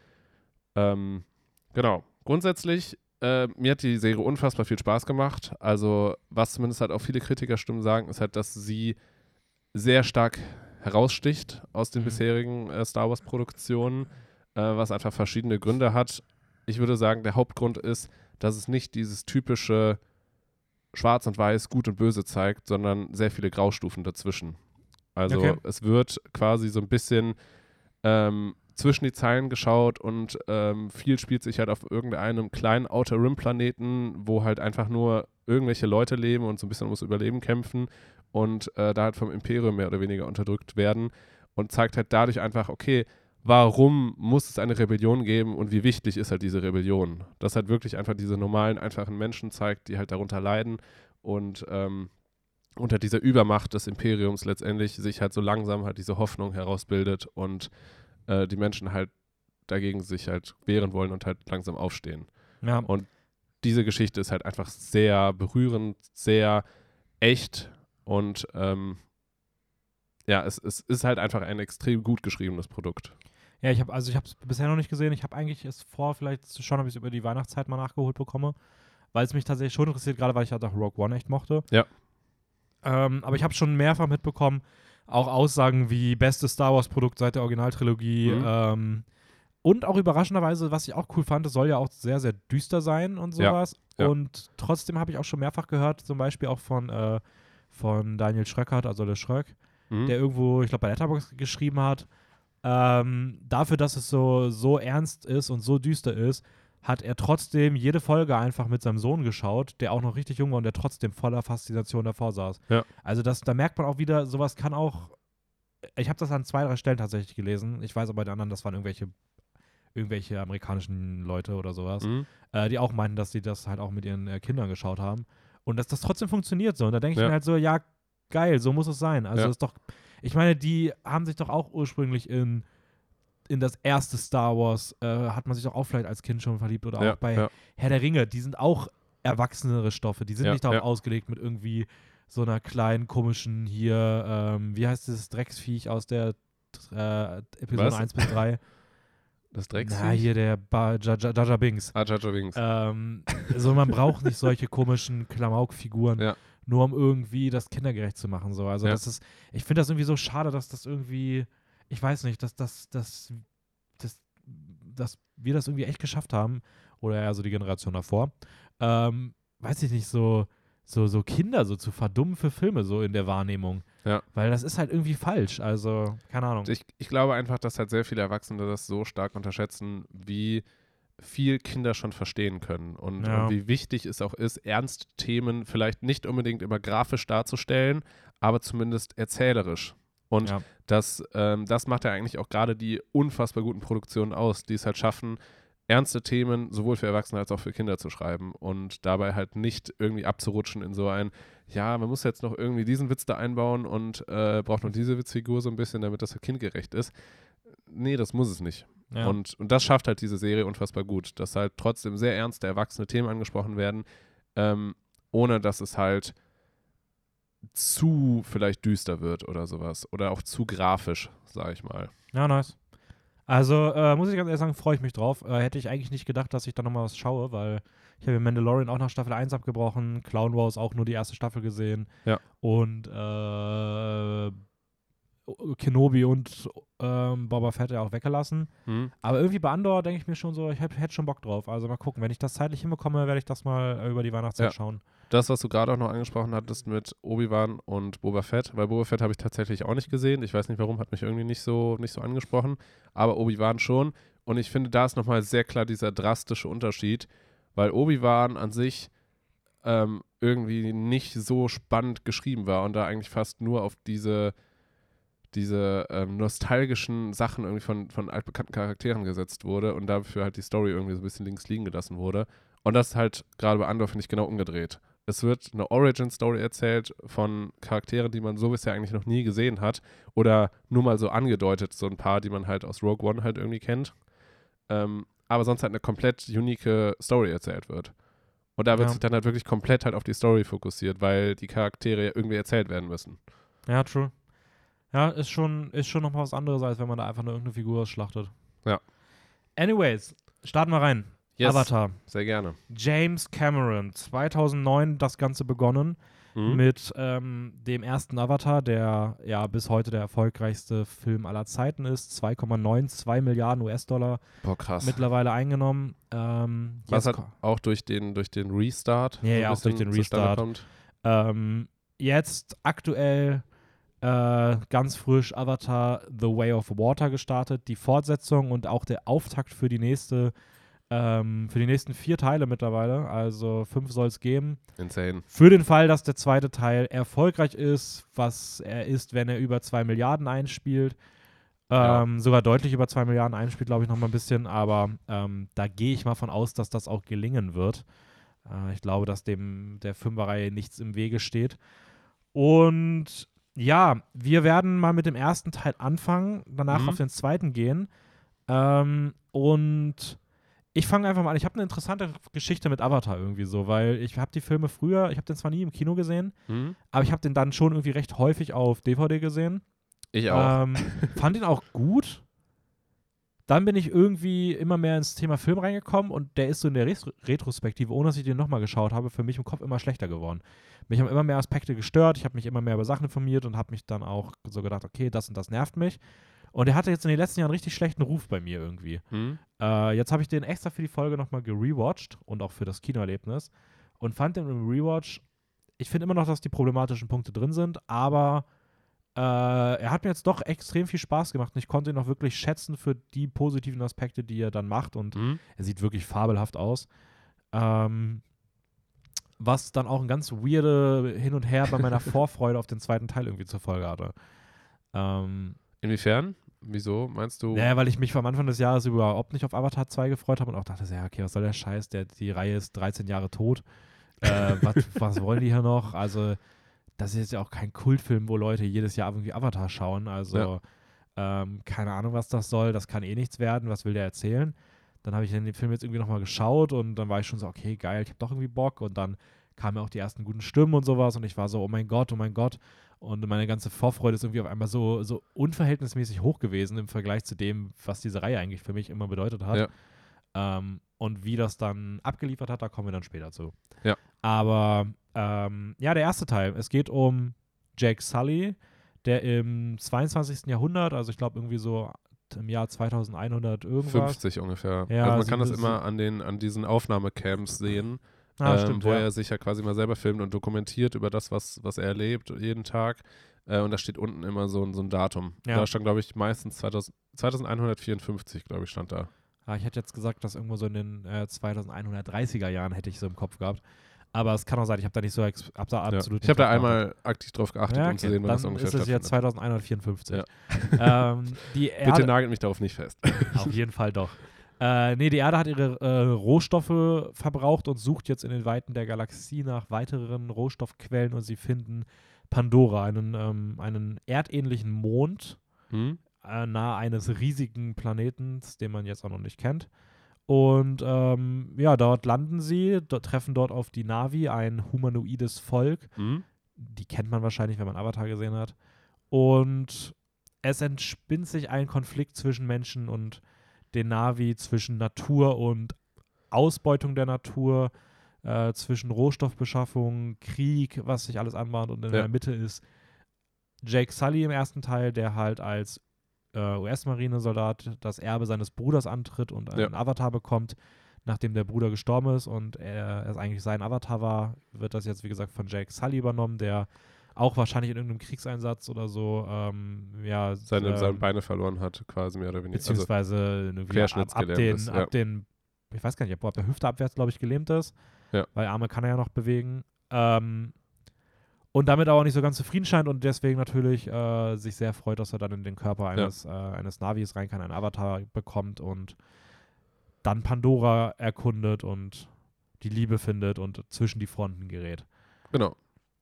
Genau. Grundsätzlich, mir hat die Serie unfassbar viel Spaß gemacht. Also, was zumindest halt auch viele Kritikerstimmen sagen, ist halt, dass sie sehr stark heraussticht aus den bisherigen Star Wars-Produktionen, was einfach verschiedene Gründe hat. Ich würde sagen, der Hauptgrund ist, dass es nicht dieses typische Schwarz und Weiß, Gut und Böse zeigt, sondern sehr viele Graustufen dazwischen. Also es wird quasi so ein bisschen zwischen die Zeilen geschaut und viel spielt sich halt auf irgendeinem kleinen Outer Rim Planeten, wo halt einfach nur irgendwelche Leute leben und so ein bisschen ums Überleben kämpfen und da halt vom Imperium mehr oder weniger unterdrückt werden und zeigt halt dadurch einfach, okay, warum muss es eine Rebellion geben und wie wichtig ist halt diese Rebellion? Das halt wirklich einfach diese normalen, einfachen Menschen zeigt, die halt darunter leiden und unter dieser Übermacht des Imperiums letztendlich sich halt so langsam halt diese Hoffnung herausbildet und die Menschen halt dagegen sich halt wehren wollen und halt langsam aufstehen. Ja. Und diese Geschichte ist halt einfach sehr berührend, sehr echt und es ist halt einfach ein extrem gut geschriebenes Produkt. Ja, ich habe es bisher noch nicht gesehen. Ich habe eigentlich es vor, vielleicht zu schauen, ob ich es über die Weihnachtszeit mal nachgeholt bekomme, weil es mich tatsächlich schon interessiert, gerade weil ich halt auch Rogue One echt mochte. Ja. Aber ich habe schon mehrfach mitbekommen, auch Aussagen wie bestes Star Wars Produkt seit der Originaltrilogie. Und auch überraschenderweise, was ich auch cool fand, es soll ja auch sehr, sehr düster sein und sowas. Ja. Und trotzdem habe ich auch schon mehrfach gehört, zum Beispiel auch von Daniel Schröckert, also der Schröck, der irgendwo, ich glaube, bei Letterboxd geschrieben hat, dafür, dass es so ernst ist und so düster ist, hat er trotzdem jede Folge einfach mit seinem Sohn geschaut, der auch noch richtig jung war und der trotzdem voller Faszination davor saß. Ja. Also da merkt man auch wieder, sowas kann auch, ich habe das an 2, 3 Stellen tatsächlich gelesen, ich weiß aber bei den anderen, das waren irgendwelche amerikanischen Leute oder sowas, die auch meinten, dass sie das halt auch mit ihren Kindern geschaut haben und dass das trotzdem funktioniert so. Und da denke ich mir halt so, ja, geil, so muss es sein. Also ist doch, ich meine, die haben sich doch auch ursprünglich in das erste Star Wars, hat man sich doch auch vielleicht als Kind schon verliebt oder auch bei Herr der Ringe, die sind auch erwachsenere Stoffe, die sind nicht darauf ausgelegt mit irgendwie so einer kleinen, komischen hier, wie heißt dieses Drecksviech aus der Episode 1 bis 3? Das Drecksviech? Na, hier der Jar Jar Binks. Jar Jar Binks. So, man braucht nicht solche komischen Klamauk-Figuren, nur um irgendwie das kindergerecht zu machen. So. Also das ist, ich finde das irgendwie so schade, dass das irgendwie, ich weiß nicht, dass wir das irgendwie echt geschafft haben, oder eher so die Generation davor, weiß ich nicht, so Kinder so zu verdummen für Filme, so in der Wahrnehmung. Ja. Weil das ist halt irgendwie falsch, also keine Ahnung. Ich glaube einfach, dass halt sehr viele Erwachsene das so stark unterschätzen, wie viel Kinder schon verstehen können und wie wichtig es auch ist, ernste Themen vielleicht nicht unbedingt immer grafisch darzustellen, aber zumindest erzählerisch. Und das macht ja eigentlich auch gerade die unfassbar guten Produktionen aus, die es halt schaffen, ernste Themen sowohl für Erwachsene als auch für Kinder zu schreiben und dabei halt nicht irgendwie abzurutschen in so ein, ja, man muss jetzt noch irgendwie diesen Witz da einbauen und braucht noch diese Witzfigur so ein bisschen, damit das kindgerecht ist. Nee, das muss es nicht. Ja. Und das schafft halt diese Serie unfassbar gut, dass halt trotzdem sehr ernste, erwachsene Themen angesprochen werden, ohne dass es halt zu vielleicht düster wird oder sowas oder auch zu grafisch, sag ich mal. Ja, nice. Also, muss ich ganz ehrlich sagen, freue ich mich drauf. Hätte ich eigentlich nicht gedacht, dass ich da nochmal was schaue, weil ich habe Mandalorian auch nach Staffel 1 abgebrochen, Clone Wars auch nur die erste Staffel gesehen und Kenobi und Boba Fett ja auch weggelassen. Aber irgendwie bei Andor denke ich mir schon so, ich hätte schon Bock drauf. Also mal gucken, wenn ich das zeitlich hinbekomme, werde ich das mal über die Weihnachtszeit schauen. Das, was du gerade auch noch angesprochen hattest mit Obi-Wan und Boba Fett, weil Boba Fett habe ich tatsächlich auch nicht gesehen. Ich weiß nicht warum, hat mich irgendwie nicht so angesprochen, aber Obi-Wan schon. Und ich finde, da ist nochmal sehr klar dieser drastische Unterschied, weil Obi-Wan an sich irgendwie nicht so spannend geschrieben war und da eigentlich fast nur auf diese nostalgischen Sachen irgendwie von altbekannten Charakteren gesetzt wurde und dafür halt die Story irgendwie so ein bisschen links liegen gelassen wurde. Und das ist halt gerade bei Andor, finde ich, genau umgedreht. Es wird eine Origin-Story erzählt von Charakteren, die man so bisher eigentlich noch nie gesehen hat oder nur mal so angedeutet, so ein paar, die man halt aus Rogue One halt irgendwie kennt. Aber sonst halt eine komplett unique Story erzählt wird. Und da wird sich dann halt wirklich komplett halt auf die Story fokussiert, weil die Charaktere irgendwie erzählt werden müssen. Ja, true. Ja, ist schon noch mal was anderes, als wenn man da einfach nur irgendeine Figur schlachtet. Ja. Anyways, starten wir rein. Yes, Avatar. Sehr gerne. James Cameron, 2009 das Ganze begonnen mit dem ersten Avatar, der ja bis heute der erfolgreichste Film aller Zeiten ist. 2,92 Milliarden US-Dollar krass. mittlerweile eingenommen. Was hat auch durch den Restart auch durch den Restart kommt. Jetzt aktuell ganz frisch Avatar The Way of Water gestartet, die Fortsetzung und auch der Auftakt für die nächsten 4 Teile mittlerweile, also 5 soll es geben. Insane. Für den Fall, dass der zweite Teil erfolgreich ist, was er ist, wenn er über 2 Milliarden einspielt, sogar deutlich über 2 Milliarden einspielt, glaube ich, noch mal ein bisschen, aber da gehe ich mal von aus, dass das auch gelingen wird. Ich glaube, dass dem der Fünferreihe nichts im Wege steht. Und ja, wir werden mal mit dem ersten Teil anfangen, danach auf den zweiten gehen. Und ich fange einfach mal an. Ich habe eine interessante Geschichte mit Avatar irgendwie so, weil ich habe die Filme früher, ich habe den zwar nie im Kino gesehen, aber ich habe den dann schon irgendwie recht häufig auf DVD gesehen. Ich auch. Fand ihn auch gut. Dann bin ich irgendwie immer mehr ins Thema Film reingekommen und der ist so in der Retrospektive, ohne dass ich den nochmal geschaut habe, für mich im Kopf immer schlechter geworden. Mich haben immer mehr Aspekte gestört, ich habe mich immer mehr über Sachen informiert und habe mich dann auch so gedacht, okay, das und das nervt mich. Und er hatte jetzt in den letzten Jahren einen richtig schlechten Ruf bei mir irgendwie. Jetzt habe ich den extra für die Folge nochmal gerewatcht und auch für das Kinoerlebnis und fand den im Rewatch, ich finde immer noch, dass die problematischen Punkte drin sind, aber er hat mir jetzt doch extrem viel Spaß gemacht und ich konnte ihn auch wirklich schätzen für die positiven Aspekte, die er dann macht und er sieht wirklich fabelhaft aus. Was dann auch ein ganz weirde Hin und Her bei meiner Vorfreude auf den zweiten Teil irgendwie zur Folge hatte. Inwiefern? Wieso, meinst du? Naja, weil ich mich am Anfang des Jahres überhaupt nicht auf Avatar 2 gefreut habe und auch dachte, ja, okay, was soll der Scheiß, die Reihe ist 13 Jahre tot. Was wollen die hier noch? Also, das ist jetzt ja auch kein Kultfilm, wo Leute jedes Jahr irgendwie Avatar schauen. Also, keine Ahnung, was das soll. Das kann eh nichts werden. Was will der erzählen? Dann habe ich den Film jetzt irgendwie nochmal geschaut und dann war ich schon so, okay, geil, ich habe doch irgendwie Bock. Und dann kamen ja auch die ersten guten Stimmen und sowas und ich war so, oh mein Gott. Und meine ganze Vorfreude ist irgendwie auf einmal so unverhältnismäßig hoch gewesen im Vergleich zu dem, was diese Reihe eigentlich für mich immer bedeutet hat. Ja. Und wie das dann abgeliefert hat, da kommen wir dann später zu. Ja. Aber der erste Teil. Es geht um Jake Sully, der im 22. Jahrhundert, also ich glaube irgendwie so im Jahr 2100 irgendwas. 50 ungefähr. Ja, also man kann das immer an diesen Aufnahmecamps sehen, stimmt, wo er sich ja quasi mal selber filmt und dokumentiert über das, was er erlebt, jeden Tag. Und da steht unten immer so ein Datum. Ja. Da stand, glaube ich, meistens 2154, glaube ich, stand da. Ja, ich hätte jetzt gesagt, dass irgendwo so in den 2130er Jahren hätte ich so im Kopf gehabt. Aber es kann auch sein, ich habe da nicht so absolut. Ich habe da einmal aktiv drauf geachtet, um zu sehen, wann das ungefähr stattfindet. Dann ist es jetzt 2154. Ja. Bitte nagelt mich darauf nicht fest. Auf jeden Fall doch. Die Erde hat ihre Rohstoffe verbraucht und sucht jetzt in den Weiten der Galaxie nach weiteren Rohstoffquellen und sie finden Pandora, einen erdähnlichen Mond nahe eines riesigen Planeten, den man jetzt auch noch nicht kennt. Und dort landen sie, treffen dort auf die Na'vi, ein humanoides Volk. Die kennt man wahrscheinlich, wenn man Avatar gesehen hat. Und es entspinnt sich ein Konflikt zwischen Menschen und den Na'vi, zwischen Natur und Ausbeutung der Natur, zwischen Rohstoffbeschaffung, Krieg, was sich alles anbahnt. Und in der Mitte ist Jake Sully im ersten Teil, der halt als US-Marinesoldat das Erbe seines Bruders antritt und einen Avatar bekommt, nachdem der Bruder gestorben ist und es eigentlich sein Avatar war, wird das jetzt, wie gesagt, von Jake Sully übernommen, der auch wahrscheinlich in irgendeinem Kriegseinsatz oder so seine Beine verloren hat, quasi mehr oder weniger. Beziehungsweise ab den, ich weiß gar nicht, ob ab der Hüfte abwärts, glaube ich, gelähmt ist, weil Arme kann er ja noch bewegen. Und damit aber auch nicht so ganz zufrieden scheint und deswegen natürlich sich sehr freut, dass er dann in den Körper eines Navis rein kann, einen Avatar bekommt und dann Pandora erkundet und die Liebe findet und zwischen die Fronten gerät. Genau.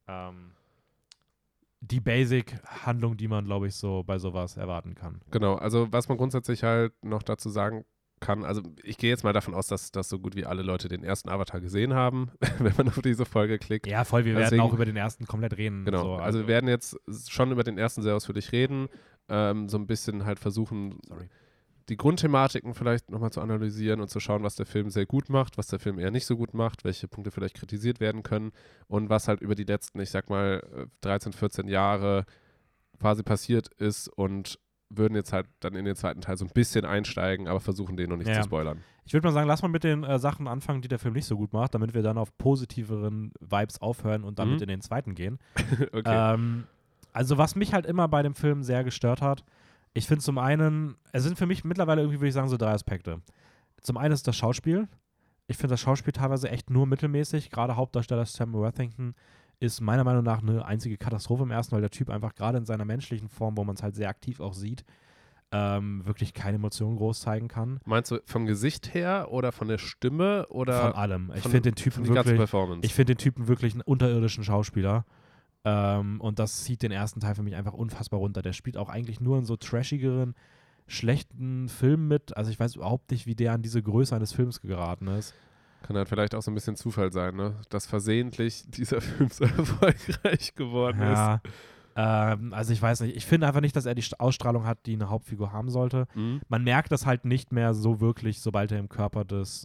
Die Basic-Handlung, die man, glaube ich, so bei sowas erwarten kann. Genau, also was man grundsätzlich halt noch dazu sagen kann, also ich gehe jetzt mal davon aus, dass so gut wie alle Leute den ersten Avatar gesehen haben, wenn man auf diese Folge klickt. Ja, voll, wir werden auch über den ersten komplett reden. Genau, so, also wir werden jetzt schon über den ersten sehr ausführlich reden, so ein bisschen halt versuchen, die Grundthematiken vielleicht nochmal zu analysieren und zu schauen, was der Film sehr gut macht, was der Film eher nicht so gut macht, welche Punkte vielleicht kritisiert werden können und was halt über die letzten, ich sag mal, 13, 14 Jahre quasi passiert ist und würden jetzt halt dann in den zweiten Teil so ein bisschen einsteigen, aber versuchen, den noch nicht zu spoilern. Ich würde mal sagen, lass mal mit den Sachen anfangen, die der Film nicht so gut macht, damit wir dann auf positiveren Vibes aufhören und damit in den zweiten gehen. Okay. Also was mich halt immer bei dem Film sehr gestört hat, ich finde zum einen, es sind für mich mittlerweile irgendwie, würde ich sagen, so 3 Aspekte. Zum einen ist das Schauspiel. Ich finde das Schauspiel teilweise echt nur mittelmäßig. Gerade Hauptdarsteller Sam Worthington ist meiner Meinung nach eine einzige Katastrophe im ersten, weil der Typ einfach gerade in seiner menschlichen Form, wo man es halt sehr aktiv auch sieht, wirklich keine Emotionen groß zeigen kann. Meinst du vom Gesicht her oder von der Stimme oder von allem? Ich finde den Typen den Typen wirklich einen unterirdischen Schauspieler. Und das zieht den ersten Teil für mich einfach unfassbar runter. Der spielt auch eigentlich nur in so trashigeren, schlechten Filmen mit. Also ich weiß überhaupt nicht, wie der an diese Größe eines Films geraten ist. Kann halt vielleicht auch so ein bisschen Zufall sein, ne? Dass versehentlich dieser Film so erfolgreich geworden ist. Also ich weiß nicht. Ich finde einfach nicht, dass er die Ausstrahlung hat, die eine Hauptfigur haben sollte. Man merkt das halt nicht mehr so wirklich, sobald er im Körper des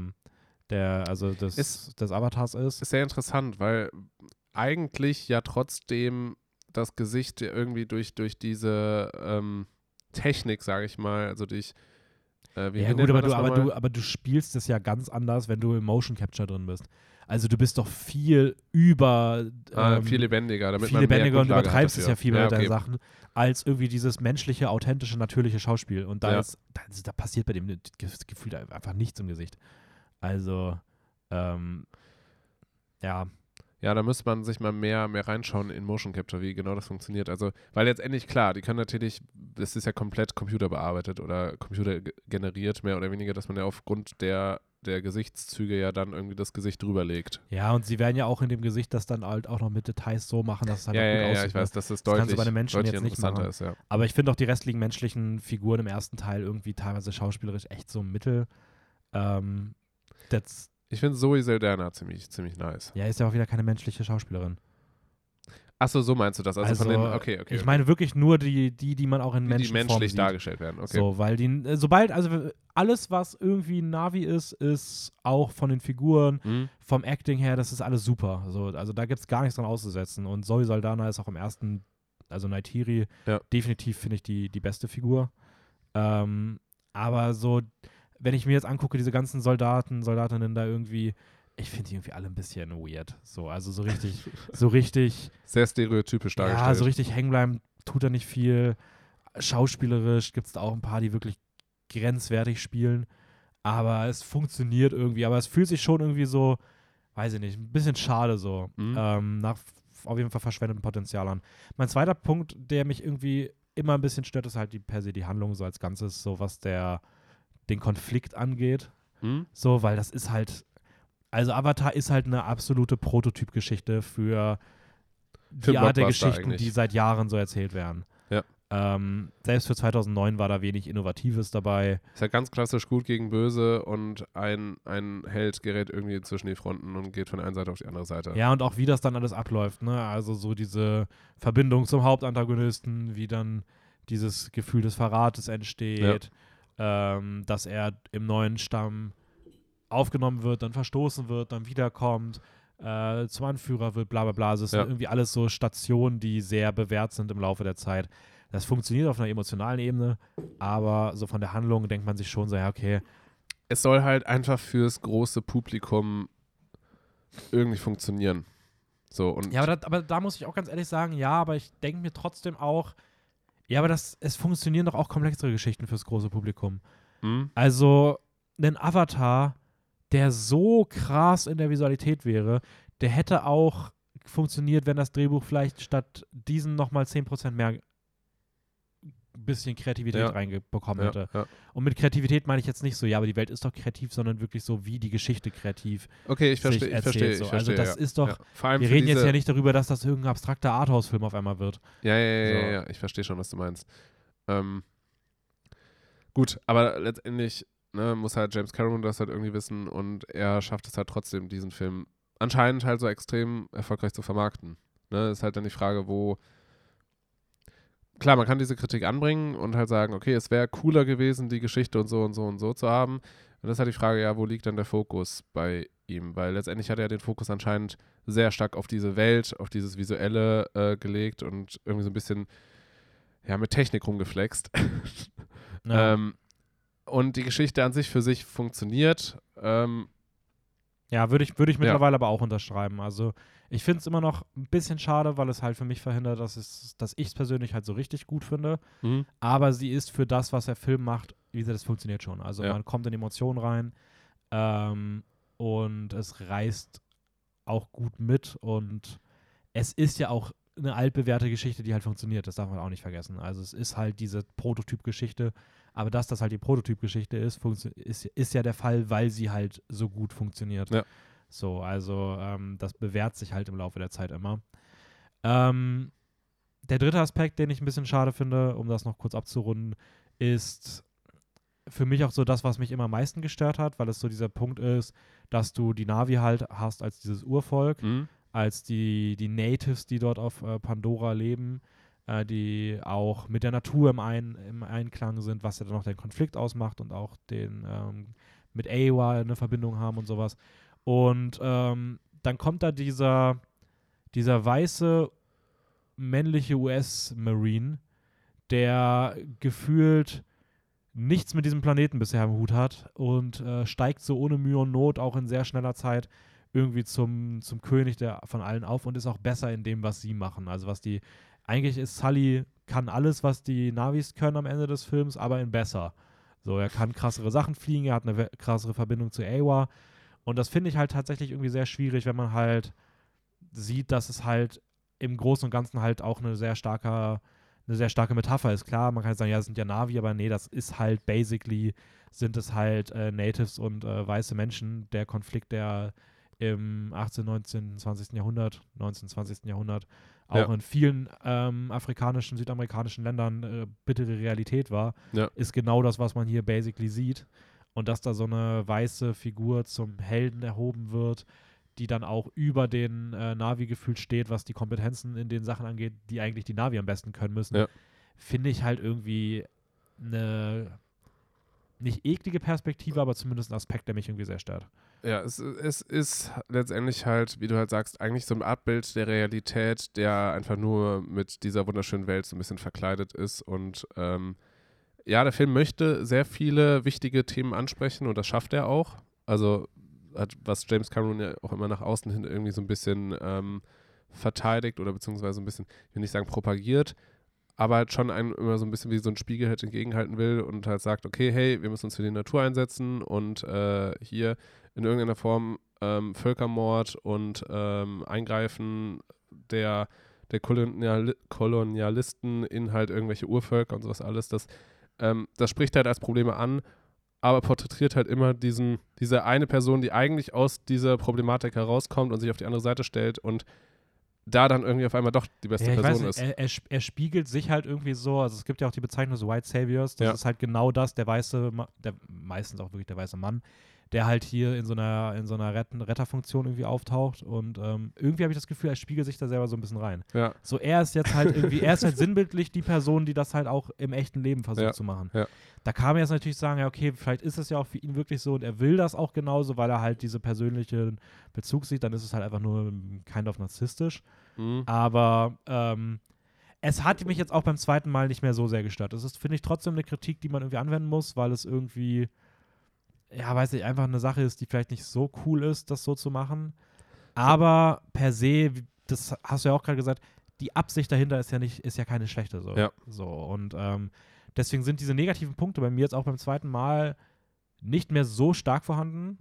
Avatars ist. Ist sehr interessant, weil eigentlich ja trotzdem das Gesicht irgendwie durch diese Technik, sage ich mal, also durch ja gut, aber du spielst es ja ganz anders, wenn du im Motion Capture drin bist. Also du bist doch viel viel lebendiger, und du übertreibst es ja viel mehr mit deinen Sachen, als irgendwie dieses menschliche, authentische, natürliche Schauspiel. Und da passiert bei dem Gefühl einfach nichts im Gesicht. Also, ja. Ja, da müsste man sich mal mehr reinschauen in Motion Capture, wie genau das funktioniert. Also, weil letztendlich, klar, die können natürlich, das ist ja komplett computerbearbeitet oder computergeneriert, mehr oder weniger, dass man ja aufgrund der Gesichtszüge ja dann irgendwie das Gesicht drüber legt. Ja, und sie werden ja auch in dem Gesicht das dann halt auch noch mit Details so machen, dass es halt auch gut aussieht. Ja, ich weiß, dass das deutlich bei den Menschen jetzt nicht interessanter ist, ja. Aber ich finde auch die restlichen menschlichen Figuren im ersten Teil irgendwie teilweise schauspielerisch echt so mittel. Ich finde Zoe Saldana ziemlich nice. Ja, ist ja auch wieder keine menschliche Schauspielerin. Achso, so meinst du das? Also von den, okay. Ich meine wirklich nur die man auch in Menschenform die menschlich sieht. dargestellt werden, okay. So, weil also alles, was irgendwie ein Navi ist auch von den Figuren, vom Acting her, das ist alles super. So, also da gibt es gar nichts dran auszusetzen. Und Zoe Saldana ist auch im ersten, also Neytiri, definitiv finde ich die beste Figur. Aber so, wenn ich mir jetzt angucke, diese ganzen Soldatinnen da irgendwie, ich finde die irgendwie alle ein bisschen weird. So, also so richtig. Sehr stereotypisch dargestellt. Ja, so richtig hängen bleiben tut er nicht viel. Schauspielerisch gibt es da auch ein paar, die wirklich grenzwertig spielen. Aber es funktioniert irgendwie. Aber es fühlt sich schon irgendwie so, weiß ich nicht, ein bisschen schade so. Nach auf jeden Fall verschwendetem Potenzial an. Mein zweiter Punkt, der mich irgendwie immer ein bisschen stört, ist halt per se die Handlung so als Ganzes, so was den Konflikt angeht. So, weil das ist halt, also Avatar ist halt eine absolute Prototypgeschichte für die Art der Geschichten, die seit Jahren so erzählt werden. Ja. Selbst für 2009 war da wenig Innovatives dabei. Ist ja ganz klassisch gut gegen böse und ein Held gerät irgendwie zwischen die Fronten und geht von der einen Seite auf die andere Seite. Ja, und auch wie das dann alles abläuft, ne? Also so diese Verbindung zum Hauptantagonisten, wie dann dieses Gefühl des Verrates entsteht, dass er im neuen Stamm aufgenommen wird, dann verstoßen wird, dann wiederkommt, zum Anführer wird, bla bla bla. Also es sind irgendwie alles so Stationen, die sehr bewährt sind im Laufe der Zeit. Das funktioniert auf einer emotionalen Ebene, aber so von der Handlung denkt man sich schon so, ja, okay. Es soll halt einfach fürs große Publikum irgendwie funktionieren. So, und ja, aber da muss ich auch ganz ehrlich sagen, ja, aber ich denke mir trotzdem auch, ja, aber es funktionieren doch auch komplexere Geschichten fürs große Publikum. Also, ein Avatar, der so krass in der Visualität wäre, der hätte auch funktioniert, wenn das Drehbuch vielleicht statt diesen nochmal 10% mehr bisschen Kreativität reinbekommen hätte. Ja. Und mit Kreativität meine ich jetzt nicht so, ja, aber die Welt ist doch kreativ, sondern wirklich so, wie die Geschichte kreativ ich verstehe. Also das ist doch, wir reden jetzt ja nicht darüber, dass das irgendein abstrakter Arthouse-Film auf einmal wird. Ja, ich verstehe schon, was du meinst. Gut, aber letztendlich muss halt James Cameron das halt irgendwie wissen und er schafft es halt trotzdem, diesen Film anscheinend halt so extrem erfolgreich zu vermarkten. Ist halt dann die Frage, klar, man kann diese Kritik anbringen und halt sagen, okay, es wäre cooler gewesen, die Geschichte und so und so und so zu haben. Und das ist halt die Frage, ja, wo liegt dann der Fokus bei ihm? Weil letztendlich hat er den Fokus anscheinend sehr stark auf diese Welt, auf dieses Visuelle gelegt und irgendwie so ein bisschen, ja, mit Technik rumgeflext. Ja. Und die Geschichte an sich für sich funktioniert. Ja, würde ich mittlerweile aber auch unterschreiben. Also ich finde es immer noch ein bisschen schade, weil es halt für mich verhindert, dass ich es persönlich halt so richtig gut finde. Mhm. Aber sie ist für das, was der Film macht, wie gesagt, das funktioniert schon. Also man kommt in Emotionen rein und es reißt auch gut mit und es ist ja auch eine altbewährte Geschichte, die halt funktioniert. Das darf man auch nicht vergessen. Also es ist halt diese Prototypgeschichte, aber dass das halt die Prototypgeschichte ist ja der Fall, weil sie halt so gut funktioniert. Ja. So, also das bewährt sich halt im Laufe der Zeit immer. Der dritte Aspekt, den ich ein bisschen schade finde, um das noch kurz abzurunden, ist für mich auch so das, was mich immer am meisten gestört hat, weil es so dieser Punkt ist, dass du die Na'vi halt hast als dieses Urvolk, als die Natives, die dort auf Pandora leben, die auch mit der Natur im Einklang sind, was ja dann noch den Konflikt ausmacht und auch den mit Eywa eine Verbindung haben und sowas. Und dann kommt da dieser weiße männliche US-Marine, der gefühlt nichts mit diesem Planeten bisher im Hut hat und steigt so ohne Mühe und Not auch in sehr schneller Zeit irgendwie zum König von allen auf und ist auch besser in dem, was sie machen. Also eigentlich ist Sully, kann alles, was die Navis können am Ende des Films, aber in besser. So, er kann krassere Sachen fliegen, er hat eine krassere Verbindung zu Eywa und das finde ich halt tatsächlich irgendwie sehr schwierig, wenn man halt sieht, dass es halt im Großen und Ganzen halt auch eine sehr starke Metapher ist. Klar, man kann jetzt sagen, ja, das sind ja Na'vi, aber nee, das ist halt basically, sind es halt Natives und weiße Menschen. Der Konflikt, der im 18., 19., 20. Jahrhundert auch in vielen afrikanischen, südamerikanischen Ländern bittere Realität war, ist genau das, was man hier basically sieht. Und dass da so eine weiße Figur zum Helden erhoben wird, die dann auch über den Na'vi gefühlt steht, was die Kompetenzen in den Sachen angeht, die eigentlich die Na'vi am besten können müssen, finde ich halt irgendwie eine nicht eklige Perspektive, aber zumindest ein Aspekt, der mich irgendwie sehr stört. Ja, es ist letztendlich halt, wie du halt sagst, eigentlich so ein Abbild der Realität, der einfach nur mit dieser wunderschönen Welt so ein bisschen verkleidet ist und ja, der Film möchte sehr viele wichtige Themen ansprechen und das schafft er auch. Also was James Cameron ja auch immer nach außen hin irgendwie so ein bisschen verteidigt oder beziehungsweise ein bisschen, ich will nicht sagen propagiert, aber halt schon einem immer so ein bisschen wie so ein Spiegelhead entgegenhalten will und halt sagt, okay, hey, wir müssen uns für die Natur einsetzen und hier in irgendeiner Form Völkermord und Eingreifen der Kolonialisten in halt irgendwelche Urvölker und sowas alles, das spricht halt als Probleme an, aber porträtiert halt immer diese eine Person, die eigentlich aus dieser Problematik herauskommt und sich auf die andere Seite stellt und da dann irgendwie auf einmal doch die beste Person ist. Er spiegelt sich halt irgendwie so, also es gibt ja auch die Bezeichnung so White Saviors, das ist halt genau das, meistens auch wirklich der weiße Mann, der halt hier in so einer Retterfunktion irgendwie auftaucht und irgendwie habe ich das Gefühl, er spiegelt sich da selber so ein bisschen rein. Ja. So, er ist halt sinnbildlich die Person, die das halt auch im echten Leben versucht zu machen. Ja. Da kann man jetzt natürlich sagen, ja okay, vielleicht ist es ja auch für ihn wirklich so und er will das auch genauso, weil er halt diese persönliche Bezug sieht, dann ist es halt einfach nur kind of narzisstisch. Aber es hat mich jetzt auch beim zweiten Mal nicht mehr so sehr gestört. Das ist, finde ich, trotzdem eine Kritik, die man irgendwie anwenden muss, weil es irgendwie weiß ich, einfach eine Sache ist, die vielleicht nicht so cool ist, das so zu machen. Aber per se, das hast du ja auch gerade gesagt, die Absicht dahinter ist ja keine schlechte. So. Ja. So, und deswegen sind diese negativen Punkte bei mir jetzt auch beim zweiten Mal nicht mehr so stark vorhanden.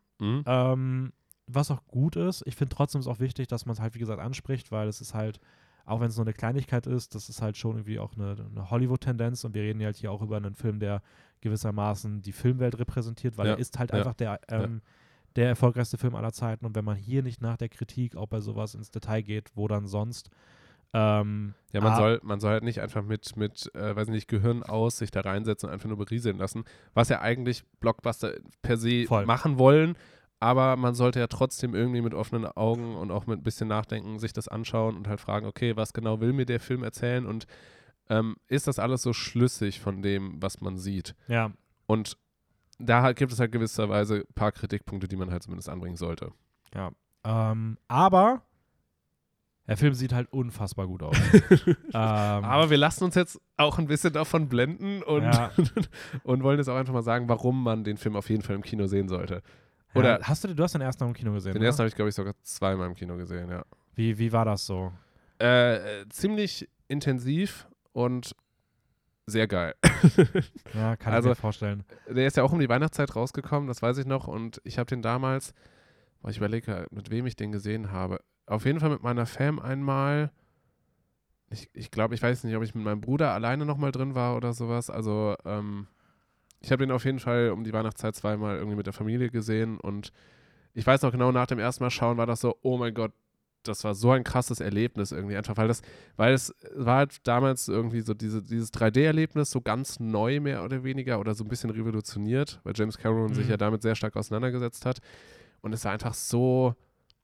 Was auch gut ist. Ich finde trotzdem ist auch wichtig, dass man es halt, wie gesagt, anspricht, weil es ist halt, auch wenn es nur eine Kleinigkeit ist, das ist halt schon irgendwie auch eine Hollywood-Tendenz und wir reden ja halt hier auch über einen Film, der gewissermaßen die Filmwelt repräsentiert, weil er ist halt einfach der erfolgreichste Film aller Zeiten und wenn man hier nicht nach der Kritik auch bei sowas ins Detail geht, wo dann sonst? Man soll halt nicht einfach mit weiß nicht, Gehirn aus sich da reinsetzen und einfach nur berieseln lassen, was ja eigentlich Blockbuster per se machen wollen, aber man sollte ja trotzdem irgendwie mit offenen Augen und auch mit ein bisschen Nachdenken sich das anschauen und halt fragen, okay, was genau will mir der Film erzählen und ist das alles so schlüssig von dem, was man sieht. Ja. Und da gibt es halt gewisserweise ein paar Kritikpunkte, die man halt zumindest anbringen sollte. Ja. Aber der Film sieht halt unfassbar gut aus. Aber wir lassen uns jetzt auch ein bisschen davon blenden und, und wollen jetzt auch einfach mal sagen, warum man den Film auf jeden Fall im Kino sehen sollte. Oder du hast den ersten noch im Kino gesehen, Den ersten habe ich, glaube ich, sogar zweimal im Kino gesehen, ja. Wie war das so? Ziemlich intensiv und sehr geil. Ja, kann ich mir vorstellen. Der ist ja auch um die Weihnachtszeit rausgekommen, das weiß ich noch. Und ich habe den damals, ich überlege, mit wem ich den gesehen habe. Auf jeden Fall mit meiner Fam einmal. Ich glaube, ich weiß nicht, ob ich mit meinem Bruder alleine nochmal drin war oder sowas. Also, ich habe den auf jeden Fall um die Weihnachtszeit zweimal irgendwie mit der Familie gesehen. Und ich weiß noch genau, nach dem ersten Mal schauen war das so, oh mein Gott, das war so ein krasses Erlebnis irgendwie. Einfach, weil es war halt damals irgendwie so dieses 3D-Erlebnis so ganz neu mehr oder weniger oder so ein bisschen revolutioniert, weil James Cameron sich ja damit sehr stark auseinandergesetzt hat. Und es war einfach so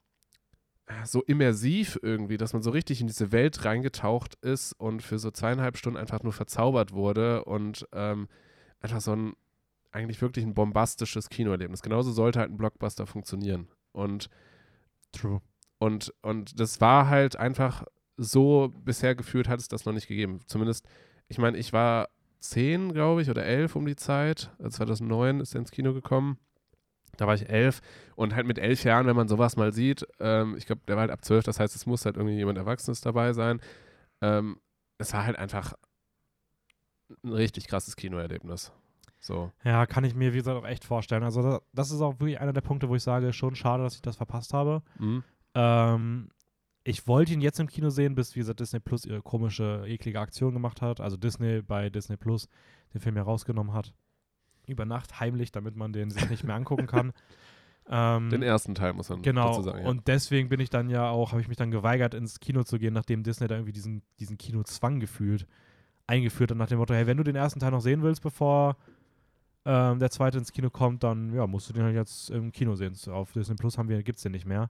immersiv irgendwie, dass man so richtig in diese Welt reingetaucht ist und für so 2,5 Stunden einfach nur verzaubert wurde und einfach so eigentlich wirklich ein bombastisches Kinoerlebnis. Genauso sollte halt ein Blockbuster funktionieren. Und True. Und das war halt einfach so, bisher gefühlt hat es das noch nicht gegeben. Zumindest, ich meine, ich war 10, glaube ich, oder 11 um die Zeit. 2009 ist er ins Kino gekommen. Da war ich 11 und halt mit 11 Jahren, wenn man sowas mal sieht, ich glaube, der war halt ab 12, das heißt, es muss halt irgendwie jemand Erwachsenes dabei sein. Es war halt einfach ein richtig krasses Kinoerlebnis. So. Ja, kann ich mir, wie gesagt, auch echt vorstellen. Also das ist auch wirklich einer der Punkte, wo ich sage, schon schade, dass ich das verpasst habe. Mhm. Ich wollte ihn jetzt im Kino sehen, bis, wie gesagt, Disney Plus ihre komische, eklige Aktion gemacht hat. Also Disney bei Disney Plus den Film ja rausgenommen hat. Über Nacht heimlich, damit man den sich nicht mehr angucken kann. Den ersten Teil muss man dazu sagen. Genau, und deswegen bin ich dann habe ich mich dann geweigert, ins Kino zu gehen, nachdem Disney da irgendwie diesen Kinozwang gefühlt eingeführt hat, nach dem Motto, hey, wenn du den ersten Teil noch sehen willst, bevor der zweite ins Kino kommt, dann musst du den halt jetzt im Kino sehen. Auf Disney Plus gibt es den nicht mehr.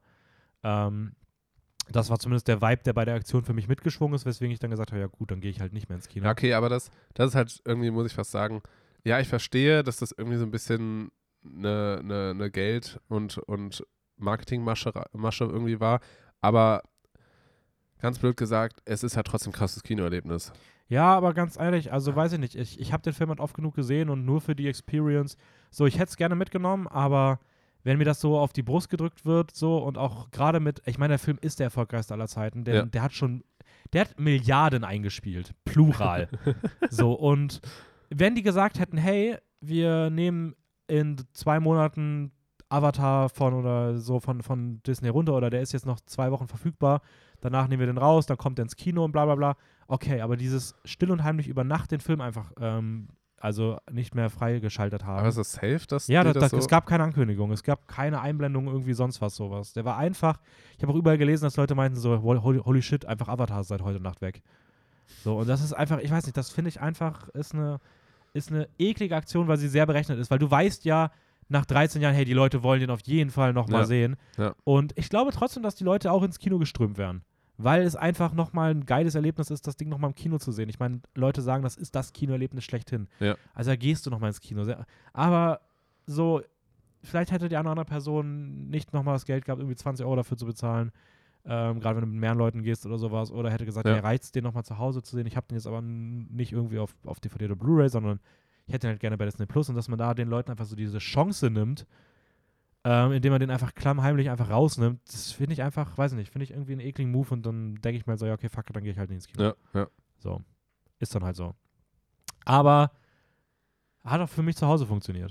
Das war zumindest der Vibe, der bei der Aktion für mich mitgeschwungen ist, weswegen ich dann gesagt habe, ja gut, dann gehe ich halt nicht mehr ins Kino. Okay, aber das ist halt irgendwie, muss ich fast sagen, ja, ich verstehe, dass das irgendwie so ein bisschen eine Geld- und Marketingmasche irgendwie war, aber ganz blöd gesagt, es ist halt trotzdem ein krasses Kinoerlebnis. Ja, aber ganz ehrlich, also weiß ich nicht, ich habe den Film halt oft genug gesehen und nur für die Experience, so, ich hätte es gerne mitgenommen, aber wenn mir das so auf die Brust gedrückt wird, so, und auch gerade ich meine, der Film ist der erfolgreichste aller Zeiten, der hat Milliarden eingespielt, plural. So, und wenn die gesagt hätten, hey, wir nehmen in 2 Monaten Avatar von Disney runter oder der ist jetzt noch 2 Wochen verfügbar, danach nehmen wir den raus, dann kommt er ins Kino und bla bla bla. Okay, aber dieses still und heimlich über Nacht den Film einfach also nicht mehr freigeschaltet haben. Aber ist das safe, dass es gab keine Ankündigung, es gab keine Einblendung, irgendwie sonst was, sowas. Der war einfach, ich habe auch überall gelesen, dass Leute meinten so, holy shit, einfach Avatar ist seit heute Nacht weg. So, und das ist einfach, ich weiß nicht, das finde ich einfach, ist eine eklige Aktion, weil sie sehr berechnet ist, weil du weißt ja nach 13 Jahren, hey, die Leute wollen den auf jeden Fall nochmal sehen. Ja. Und ich glaube trotzdem, dass die Leute auch ins Kino geströmt werden. Weil es einfach nochmal ein geiles Erlebnis ist, das Ding nochmal im Kino zu sehen. Ich meine, Leute sagen, das ist das Kinoerlebnis schlechthin. Ja. Also da gehst du nochmal ins Kino. Aber so, vielleicht hätte die eine oder andere Person nicht nochmal das Geld gehabt, irgendwie 20 € dafür zu bezahlen. Gerade wenn du mit mehreren Leuten gehst oder sowas. Oder hätte gesagt, hey, reizt den nochmal zu Hause zu sehen. Ich habe den jetzt aber nicht irgendwie auf DVD oder Blu-ray, sondern ich hätte den halt gerne bei Disney Plus. Und dass man da den Leuten einfach so diese Chance nimmt, indem man den einfach klammheimlich einfach rausnimmt, das finde ich einfach, weiß nicht, finde ich irgendwie einen ekligen Move und dann denke ich mir so, ja, okay, fuck, dann gehe ich halt nicht ins Kino. Ja. So. Ist dann halt so. Aber hat auch für mich zu Hause funktioniert.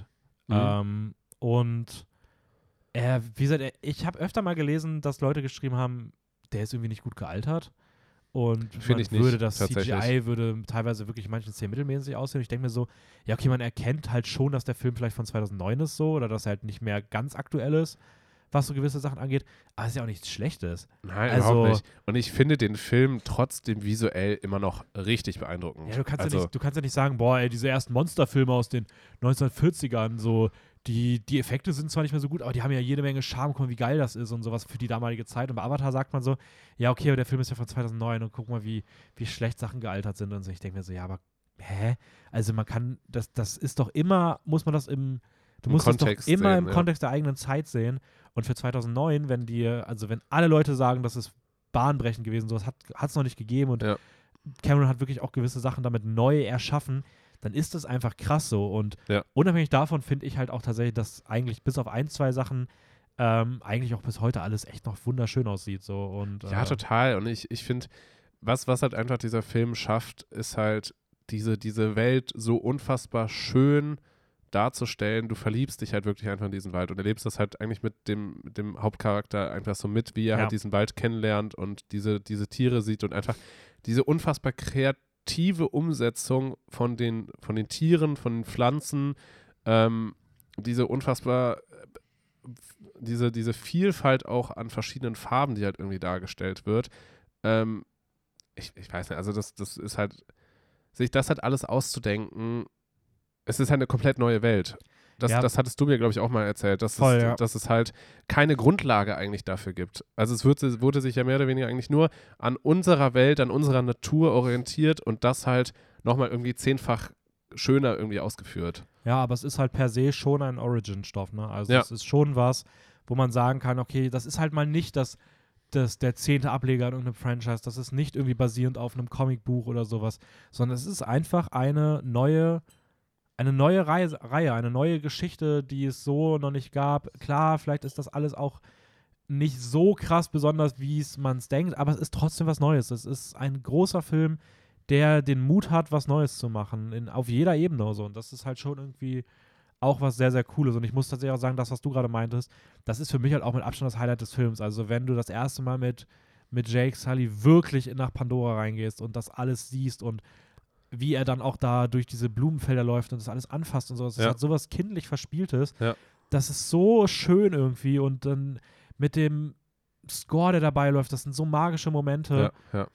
Und wie gesagt, ich habe öfter mal gelesen, dass Leute geschrieben haben, der ist irgendwie nicht gut gealtert. Und das CGI würde teilweise wirklich in manchen Szenen mittelmäßig aussehen. Ich denke mir so, ja, okay, man erkennt halt schon, dass der Film vielleicht von 2009 ist so oder dass er halt nicht mehr ganz aktuell ist, was so gewisse Sachen angeht. Aber es ist ja auch nichts Schlechtes. Nein, überhaupt nicht. Und ich finde den Film trotzdem visuell immer noch richtig beeindruckend. Ja, du kannst ja nicht sagen, boah, ey, diese ersten Monsterfilme aus den 1940ern, so, Die Effekte sind zwar nicht mehr so gut, aber die haben ja jede Menge Charme, guck mal, wie geil das ist und sowas für die damalige Zeit. Und bei Avatar sagt man so, ja, okay, aber der Film ist ja von 2009 und guck mal, wie schlecht Sachen gealtert sind und so. Ich denke mir so, ja, aber hä? Also man kann, das ist doch immer, muss man das du musst es doch immer sehen, im Kontext der eigenen Zeit sehen. Und für 2009, wenn alle Leute sagen, das ist bahnbrechend gewesen, sowas hat es noch nicht gegeben und Cameron hat wirklich auch gewisse Sachen damit neu erschaffen, dann ist das einfach krass so. Und unabhängig davon finde ich halt auch tatsächlich, dass eigentlich bis auf 1, 2 Sachen eigentlich auch bis heute alles echt noch wunderschön aussieht. So. Und, ja, total. Und ich finde, was halt einfach dieser Film schafft, ist halt diese Welt so unfassbar schön darzustellen. Du verliebst dich halt wirklich einfach in diesen Wald und erlebst das halt eigentlich mit dem Hauptcharakter einfach so mit, wie er halt diesen Wald kennenlernt und diese Tiere sieht und einfach diese unfassbar kreative Umsetzung von den Tieren, von den Pflanzen, diese unfassbar diese Vielfalt auch an verschiedenen Farben, die halt irgendwie dargestellt wird. Ich weiß nicht, also das ist halt, sich das halt alles auszudenken, es ist halt eine komplett neue Welt. Das hattest du mir, glaube ich, auch mal erzählt, dass es halt keine Grundlage eigentlich dafür gibt. Also es wurde sich ja mehr oder weniger eigentlich nur an unserer Welt, an unserer Natur orientiert und das halt nochmal irgendwie 10-fach schöner irgendwie ausgeführt. Ja, aber es ist halt per se schon ein Origin-Stoff, ne? Also es ist schon was, wo man sagen kann, okay, das ist halt mal nicht der 10. Ableger in irgendeinem Franchise, das ist nicht irgendwie basierend auf einem Comicbuch oder sowas, sondern es ist einfach eine neue Reihe, eine neue Geschichte, die es so noch nicht gab. Klar, vielleicht ist das alles auch nicht so krass besonders, wie man es denkt, aber es ist trotzdem was Neues. Es ist ein großer Film, der den Mut hat, was Neues zu machen, auf jeder Ebene. So. Und das ist halt schon irgendwie auch was sehr, sehr Cooles. Und ich muss tatsächlich auch sagen, das, was du gerade meintest, das ist für mich halt auch mit Abstand das Highlight des Films. Also wenn du das erste Mal mit Jake Sully wirklich nach Pandora reingehst und das alles siehst und wie er dann auch da durch diese Blumenfelder läuft und das alles anfasst und sowas. Das hat sowas kindlich Verspieltes. Ja. Das ist so schön irgendwie und dann mit dem Score, der dabei läuft, das sind so magische Momente,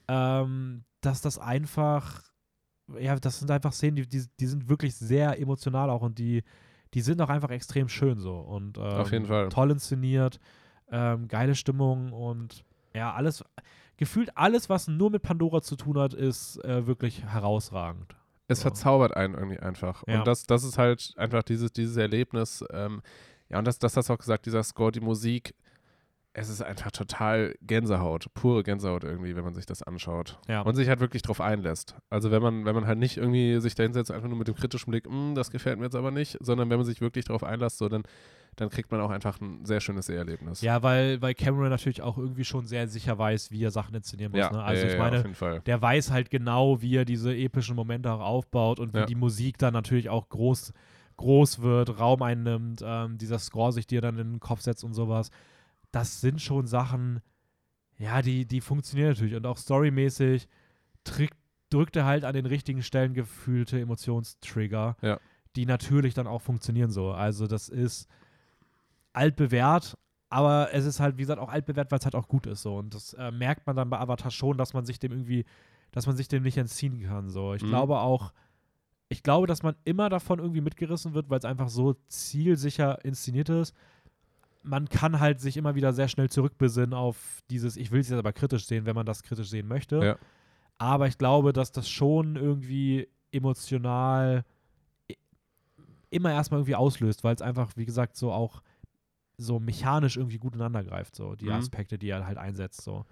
dass das einfach, das sind einfach Szenen, die sind wirklich sehr emotional auch und die sind auch einfach extrem schön so und auf jeden Fall toll inszeniert, geile Stimmung und gefühlt alles, was nur mit Pandora zu tun hat, ist wirklich herausragend. Es verzaubert einen irgendwie einfach. Ja. Und das ist halt einfach dieses Erlebnis. Und das hast du auch gesagt, dieser Score, die Musik, es ist einfach total Gänsehaut, pure Gänsehaut irgendwie, wenn man sich das anschaut. Ja. Und sich halt wirklich drauf einlässt. Also wenn man halt nicht irgendwie sich da hinsetzt, einfach nur mit dem kritischen Blick, das gefällt mir jetzt aber nicht, sondern wenn man sich wirklich drauf einlässt, so dann kriegt man auch einfach ein sehr schönes Seherlebnis. Ja, weil Cameron natürlich auch irgendwie schon sehr sicher weiß, wie er Sachen inszenieren muss. Ja, ne? Also ich meine, auf jeden Fall. Der weiß halt genau, wie er diese epischen Momente auch aufbaut und wie die Musik dann natürlich auch groß wird, Raum einnimmt, dieser Score sich dir dann in den Kopf setzt und sowas. Das sind schon Sachen, die funktionieren natürlich und auch storymäßig drückt er halt an den richtigen Stellen gefühlte Emotionstrigger, die natürlich dann auch funktionieren so. Also das ist altbewährt, aber es ist halt, wie gesagt, auch altbewährt, weil es halt auch gut ist so. Und das merkt man dann bei Avatar schon, dass man sich dem nicht entziehen kann. So. Ich glaube, dass man immer davon irgendwie mitgerissen wird, weil es einfach so zielsicher inszeniert ist. Man kann halt sich immer wieder sehr schnell zurückbesinnen auf dieses, ich will es jetzt aber kritisch sehen, wenn man das kritisch sehen möchte. Ja. Aber ich glaube, dass das schon irgendwie emotional immer erstmal irgendwie auslöst, weil es einfach, wie gesagt, so auch so mechanisch irgendwie gut ineinander greift, so die Aspekte, die er halt einsetzt. So.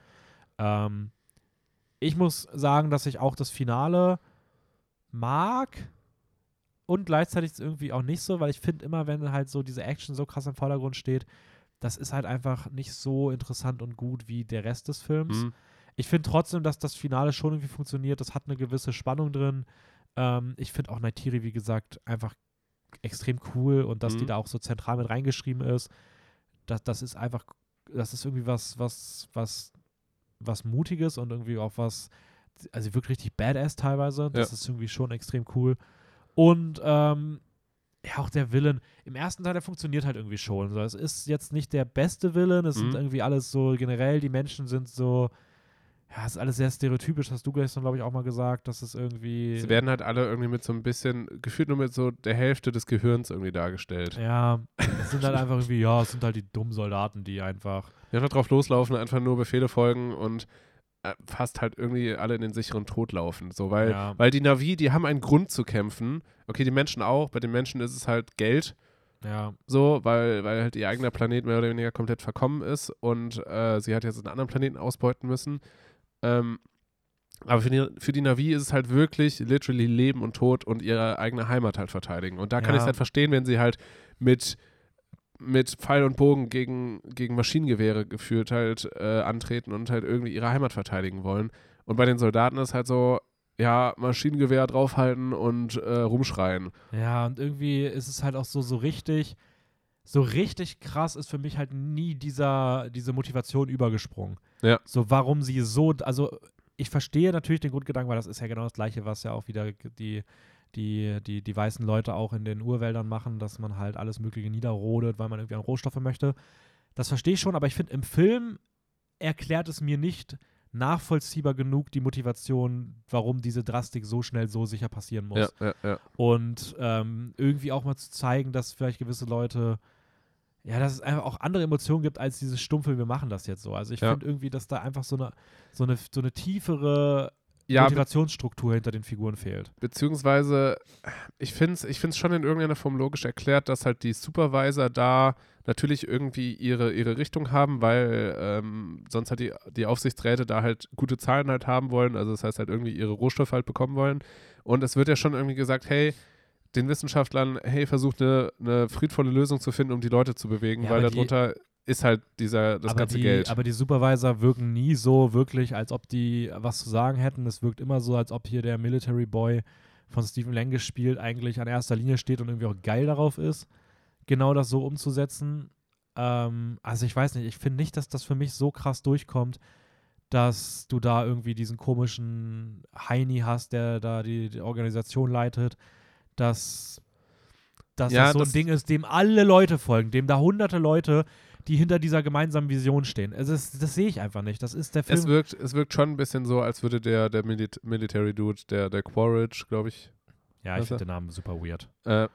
Ich muss sagen, dass ich auch das Finale mag und gleichzeitig irgendwie auch nicht so, weil ich finde immer, wenn halt so diese Action so krass im Vordergrund steht, das ist halt einfach nicht so interessant und gut wie der Rest des Films. Ich finde trotzdem, dass das Finale schon irgendwie funktioniert, das hat eine gewisse Spannung drin. Ich finde auch Neytiri, wie gesagt, einfach extrem cool und dass die da auch so zentral mit reingeschrieben ist. Das ist einfach, das ist irgendwie was Mutiges und irgendwie auch was, also wirklich richtig badass teilweise. Das ist irgendwie schon extrem cool. Und auch der Villain, im ersten Teil, der funktioniert halt irgendwie schon. So, es ist jetzt nicht der beste Villain, es sind irgendwie alles so generell, die Menschen sind so, ja, ist alles sehr stereotypisch, hast du gestern, glaube ich, auch mal gesagt, dass es irgendwie. Sie werden halt alle irgendwie mit so ein bisschen, gefühlt nur mit so der Hälfte des Gehirns irgendwie dargestellt. Ja, es sind halt einfach irgendwie, ja, es sind halt die dummen Soldaten, die einfach. Die einfach drauf loslaufen, einfach nur Befehle folgen und fast halt irgendwie alle in den sicheren Tod laufen. So, weil die Na'vi, die haben einen Grund zu kämpfen. Okay, die Menschen auch. Bei den Menschen ist es halt Geld. Ja. So, weil halt ihr eigener Planet mehr oder weniger komplett verkommen ist und sie hat jetzt einen anderen Planeten ausbeuten müssen. Aber für die Na'vi ist es halt wirklich literally Leben und Tod und ihre eigene Heimat halt verteidigen. Und da kann ich es halt verstehen, wenn sie halt mit Pfeil und Bogen gegen Maschinengewehre geführt halt antreten und halt irgendwie ihre Heimat verteidigen wollen. Und bei den Soldaten ist halt so, ja, Maschinengewehr draufhalten und rumschreien. Ja, und irgendwie ist es halt auch so richtig krass ist für mich halt nie diese Motivation übergesprungen. Ja. So, warum sie so, also ich verstehe natürlich den Grundgedanken, weil das ist ja genau das Gleiche, was ja auch wieder die weißen Leute auch in den Urwäldern machen, dass man halt alles Mögliche niederrodet, weil man irgendwie an Rohstoffe möchte. Das verstehe ich schon, aber ich finde, im Film erklärt es mir nicht nachvollziehbar genug die Motivation, warum diese Drastik so schnell so sicher passieren muss. Ja. Und irgendwie auch mal zu zeigen, dass vielleicht gewisse Leute, ja, dass es einfach auch andere Emotionen gibt als dieses stumpfe, wir machen das jetzt so. Also ich finde irgendwie, dass da einfach so eine tiefere Motivationsstruktur hinter den Figuren fehlt. Beziehungsweise, ich find's schon in irgendeiner Form logisch erklärt, dass halt die Supervisor da natürlich irgendwie ihre Richtung haben, weil sonst halt die Aufsichtsräte da halt gute Zahlen halt haben wollen, also das heißt halt irgendwie ihre Rohstoffe halt bekommen wollen. Und es wird ja schon irgendwie gesagt, hey, den Wissenschaftlern, hey, versucht eine friedvolle Lösung zu finden, um die Leute zu bewegen, weil darunter ist halt das ganze Geld. Aber die Supervisor wirken nie so wirklich, als ob die was zu sagen hätten. Es wirkt immer so, als ob hier der Military Boy von Stephen Lang gespielt eigentlich an erster Linie steht und irgendwie auch geil darauf ist, genau das so umzusetzen. Also ich weiß nicht, ich finde nicht, dass das für mich so krass durchkommt, dass du da irgendwie diesen komischen Heini hast, der da die Organisation leitet, dass das so ein Ding ist, dem alle Leute folgen, dem da hunderte Leute, die hinter dieser gemeinsamen Vision stehen. Also das sehe ich einfach nicht. Das ist der Film. Es wirkt schon ein bisschen so, als würde der Military Dude, der Quaritch, glaube ich. Ja, ich finde den Namen super weird.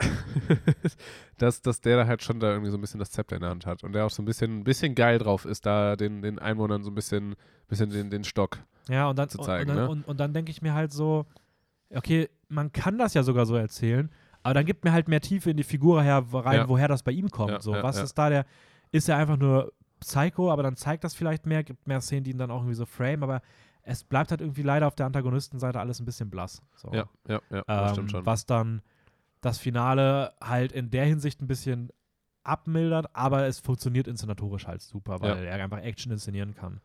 dass der da halt schon da irgendwie so ein bisschen das Zepter in der Hand hat und der auch so ein bisschen geil drauf ist, da den Einwohnern so ein bisschen den Stock zu zeigen. Und dann denke ich mir halt so, okay, man kann das ja sogar so erzählen, aber dann gibt mir halt mehr Tiefe in die Figur rein, woher das bei ihm kommt. Ist da ist er einfach nur Psycho, aber dann zeigt das vielleicht mehr, gibt mehr Szenen, die ihn dann auch irgendwie so frame, aber es bleibt halt irgendwie leider auf der Antagonistenseite alles ein bisschen blass. So. Ja, das stimmt schon. Was dann das Finale halt in der Hinsicht ein bisschen abmildert, aber es funktioniert inszenatorisch halt super, weil er einfach Action inszenieren kann.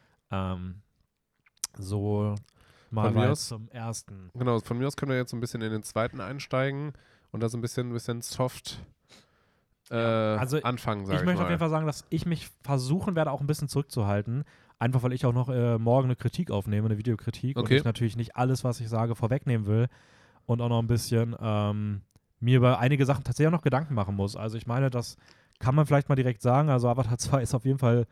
So mal weit zum ersten. Genau, von mir aus können wir jetzt so ein bisschen in den zweiten einsteigen und da so ein bisschen soft anfangen, sage ich mal. Ich möchte auf jeden Fall sagen, dass ich mich versuchen werde, auch ein bisschen zurückzuhalten. Einfach, weil ich auch noch morgen eine Kritik aufnehme, eine Videokritik. Okay. Und ich natürlich nicht alles, was ich sage, vorwegnehmen will. Und auch noch ein bisschen mir über einige Sachen tatsächlich auch noch Gedanken machen muss. Also ich meine, das kann man vielleicht mal direkt sagen. Also Avatar 2 ist auf jeden Fall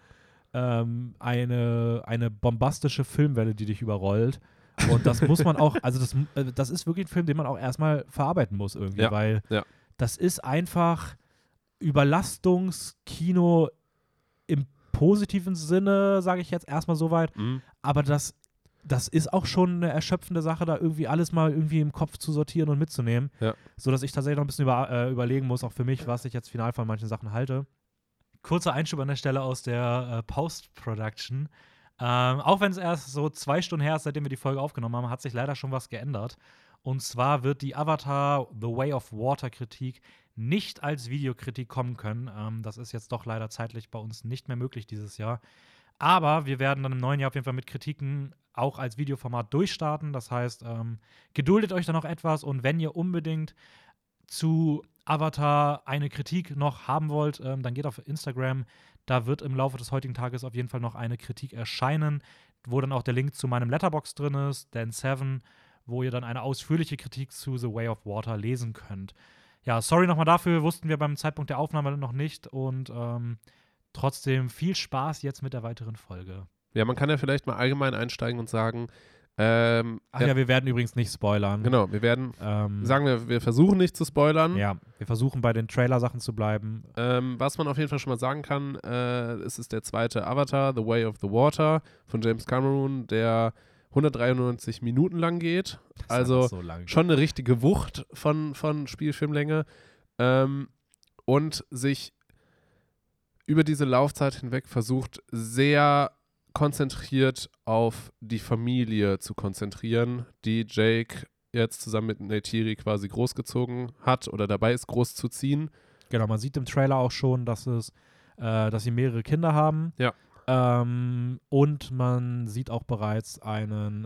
eine bombastische Filmwelle, die dich überrollt. Und das muss man auch, also das ist wirklich ein Film, den man auch erstmal verarbeiten muss irgendwie, weil das ist einfach Überlastungskino im positiven Sinne, sage ich jetzt erstmal soweit, aber das ist auch schon eine erschöpfende Sache, da irgendwie alles mal irgendwie im Kopf zu sortieren und mitzunehmen, sodass ich tatsächlich noch ein bisschen überlegen muss, auch für mich, was ich jetzt final von manchen Sachen halte. Kurzer Einschub an der Stelle aus der Post-Production. Auch wenn es erst so 2 Stunden her ist, seitdem wir die Folge aufgenommen haben, hat sich leider schon was geändert. Und zwar wird die Avatar The Way of Water Kritik nicht als Videokritik kommen können. Das ist jetzt doch leider zeitlich bei uns nicht mehr möglich dieses Jahr. Aber wir werden dann im neuen Jahr auf jeden Fall mit Kritiken auch als Videoformat durchstarten. Das heißt, geduldet euch da noch etwas. Und wenn ihr unbedingt zu Avatar eine Kritik noch haben wollt, dann geht auf Instagram. Da wird im Laufe des heutigen Tages auf jeden Fall noch eine Kritik erscheinen, wo dann auch der Link zu meinem Letterboxd drin ist, Dan7, wo ihr dann eine ausführliche Kritik zu The Way of Water lesen könnt. Ja, sorry nochmal dafür, wussten wir beim Zeitpunkt der Aufnahme noch nicht und trotzdem viel Spaß jetzt mit der weiteren Folge. Ja, man kann ja vielleicht mal allgemein einsteigen und sagen, wir werden übrigens nicht spoilern. Genau, wir werden, sagen wir versuchen nicht zu spoilern. Ja, wir versuchen bei den Trailer-Sachen zu bleiben. Was man auf jeden Fall schon mal sagen kann, es ist der zweite Avatar, The Way of the Water von James Cameron, der 193 Minuten lang geht. Also so lang. Schon eine richtige Wucht von Spielfilmlänge. Und sich über diese Laufzeit hinweg versucht, sehr konzentriert auf die Familie zu konzentrieren, die Jake jetzt zusammen mit Neytiri quasi großgezogen hat oder dabei ist, großzuziehen. Genau, man sieht im Trailer auch schon, dass sie mehrere Kinder haben. Ja. Und man sieht auch bereits einen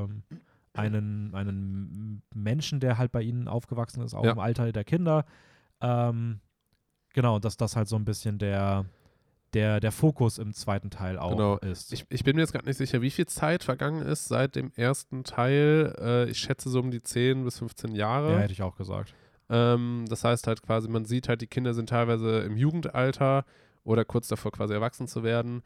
Menschen, der halt bei ihnen aufgewachsen ist, auch im Alter der Kinder. Genau, dass das halt so ein bisschen der Fokus im zweiten Teil auch ist. Ich bin mir jetzt gerade nicht sicher, wie viel Zeit vergangen ist seit dem ersten Teil. Ich schätze so um die 10 bis 15 Jahre. Ja, hätte ich auch gesagt. Das heißt halt quasi, man sieht halt, die Kinder sind teilweise im Jugendalter oder kurz davor quasi erwachsen zu werden.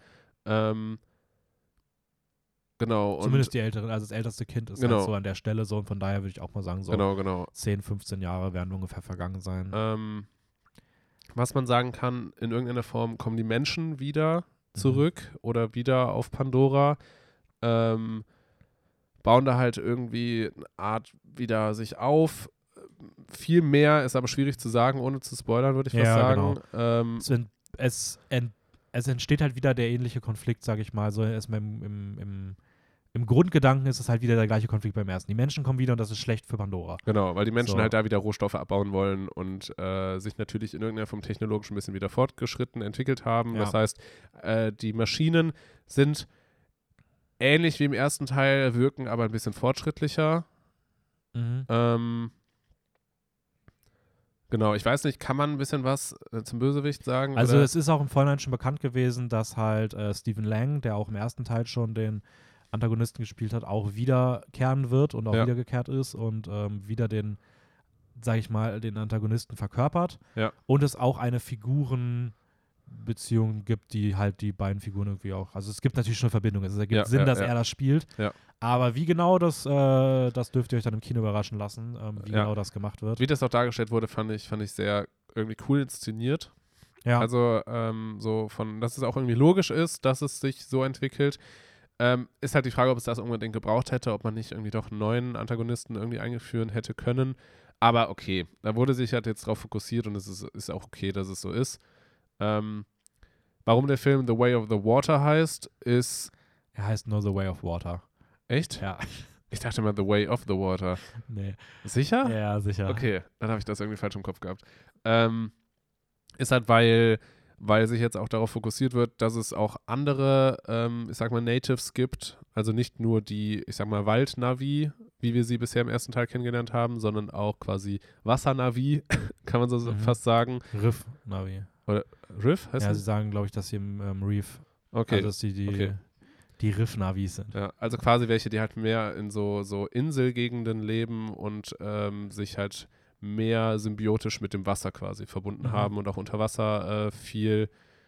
Genau. Zumindest die Älteren, also das älteste Kind ist halt so an der Stelle so und von daher würde ich auch mal sagen, so 10, 15 Jahre werden ungefähr vergangen sein. Was man sagen kann, in irgendeiner Form kommen die Menschen wieder zurück oder wieder auf Pandora, bauen da halt irgendwie eine Art wieder sich auf. Viel mehr ist aber schwierig zu sagen, ohne zu spoilern, würde ich fast sagen. Genau. Es entsteht halt wieder der ähnliche Konflikt, sage ich mal. So erstmal im Grundgedanken ist es halt wieder der gleiche Konflikt beim ersten. Die Menschen kommen wieder und das ist schlecht für Pandora. Genau, weil die Menschen halt da wieder Rohstoffe abbauen wollen und sich natürlich in irgendeiner Form technologisch ein bisschen wieder fortgeschritten entwickelt haben. Ja. Das heißt, die Maschinen sind ähnlich wie im ersten Teil, wirken aber ein bisschen fortschrittlicher. Genau, ich weiß nicht, kann man ein bisschen was zum Bösewicht sagen? Also oder? Es ist auch im Vorhinein schon bekannt gewesen, dass halt Stephen Lang, der auch im ersten Teil schon den Antagonisten gespielt hat, auch wiederkehren wird und auch wiedergekehrt ist und wieder den, sag ich mal, den Antagonisten verkörpert. Ja. Und es auch eine Figurenbeziehung gibt, die halt die beiden Figuren irgendwie auch, also es gibt natürlich schon eine Verbindung, es ergibt Sinn, dass er das spielt, aber wie genau das dürft ihr euch dann im Kino überraschen lassen, wie genau das gemacht wird. Wie das auch dargestellt wurde, fand ich sehr irgendwie cool inszeniert. Ja. Also dass es auch irgendwie logisch ist, dass es sich so entwickelt. Ist halt die Frage, ob es das unbedingt gebraucht hätte, ob man nicht irgendwie doch einen neuen Antagonisten irgendwie einführen hätte können. Aber okay, da wurde sich halt jetzt drauf fokussiert und es ist auch okay, dass es so ist. Warum der Film The Way of the Water heißt, ist... Er heißt nur The Way of Water. Echt? Ja. Ich dachte mal The Way of the Water. Nee. Sicher? Ja, sicher. Okay, dann habe ich das irgendwie falsch im Kopf gehabt. Ist halt, weil sich jetzt auch darauf fokussiert wird, dass es auch andere, ich sag mal, Natives gibt. Also nicht nur die, ich sag mal, Wald-Navi, wie wir sie bisher im ersten Teil kennengelernt haben, sondern auch quasi Wasser-Navi, kann man so fast sagen. Riff-Navi. Oder Riff heißt das? Sie sagen, glaube ich, dass sie im Reef, okay. Also dass sie die Riff-Navis sind. Ja, also quasi welche, die halt mehr in so Inselgegenden leben und sich halt mehr symbiotisch mit dem Wasser quasi verbunden haben und auch unter Wasser viel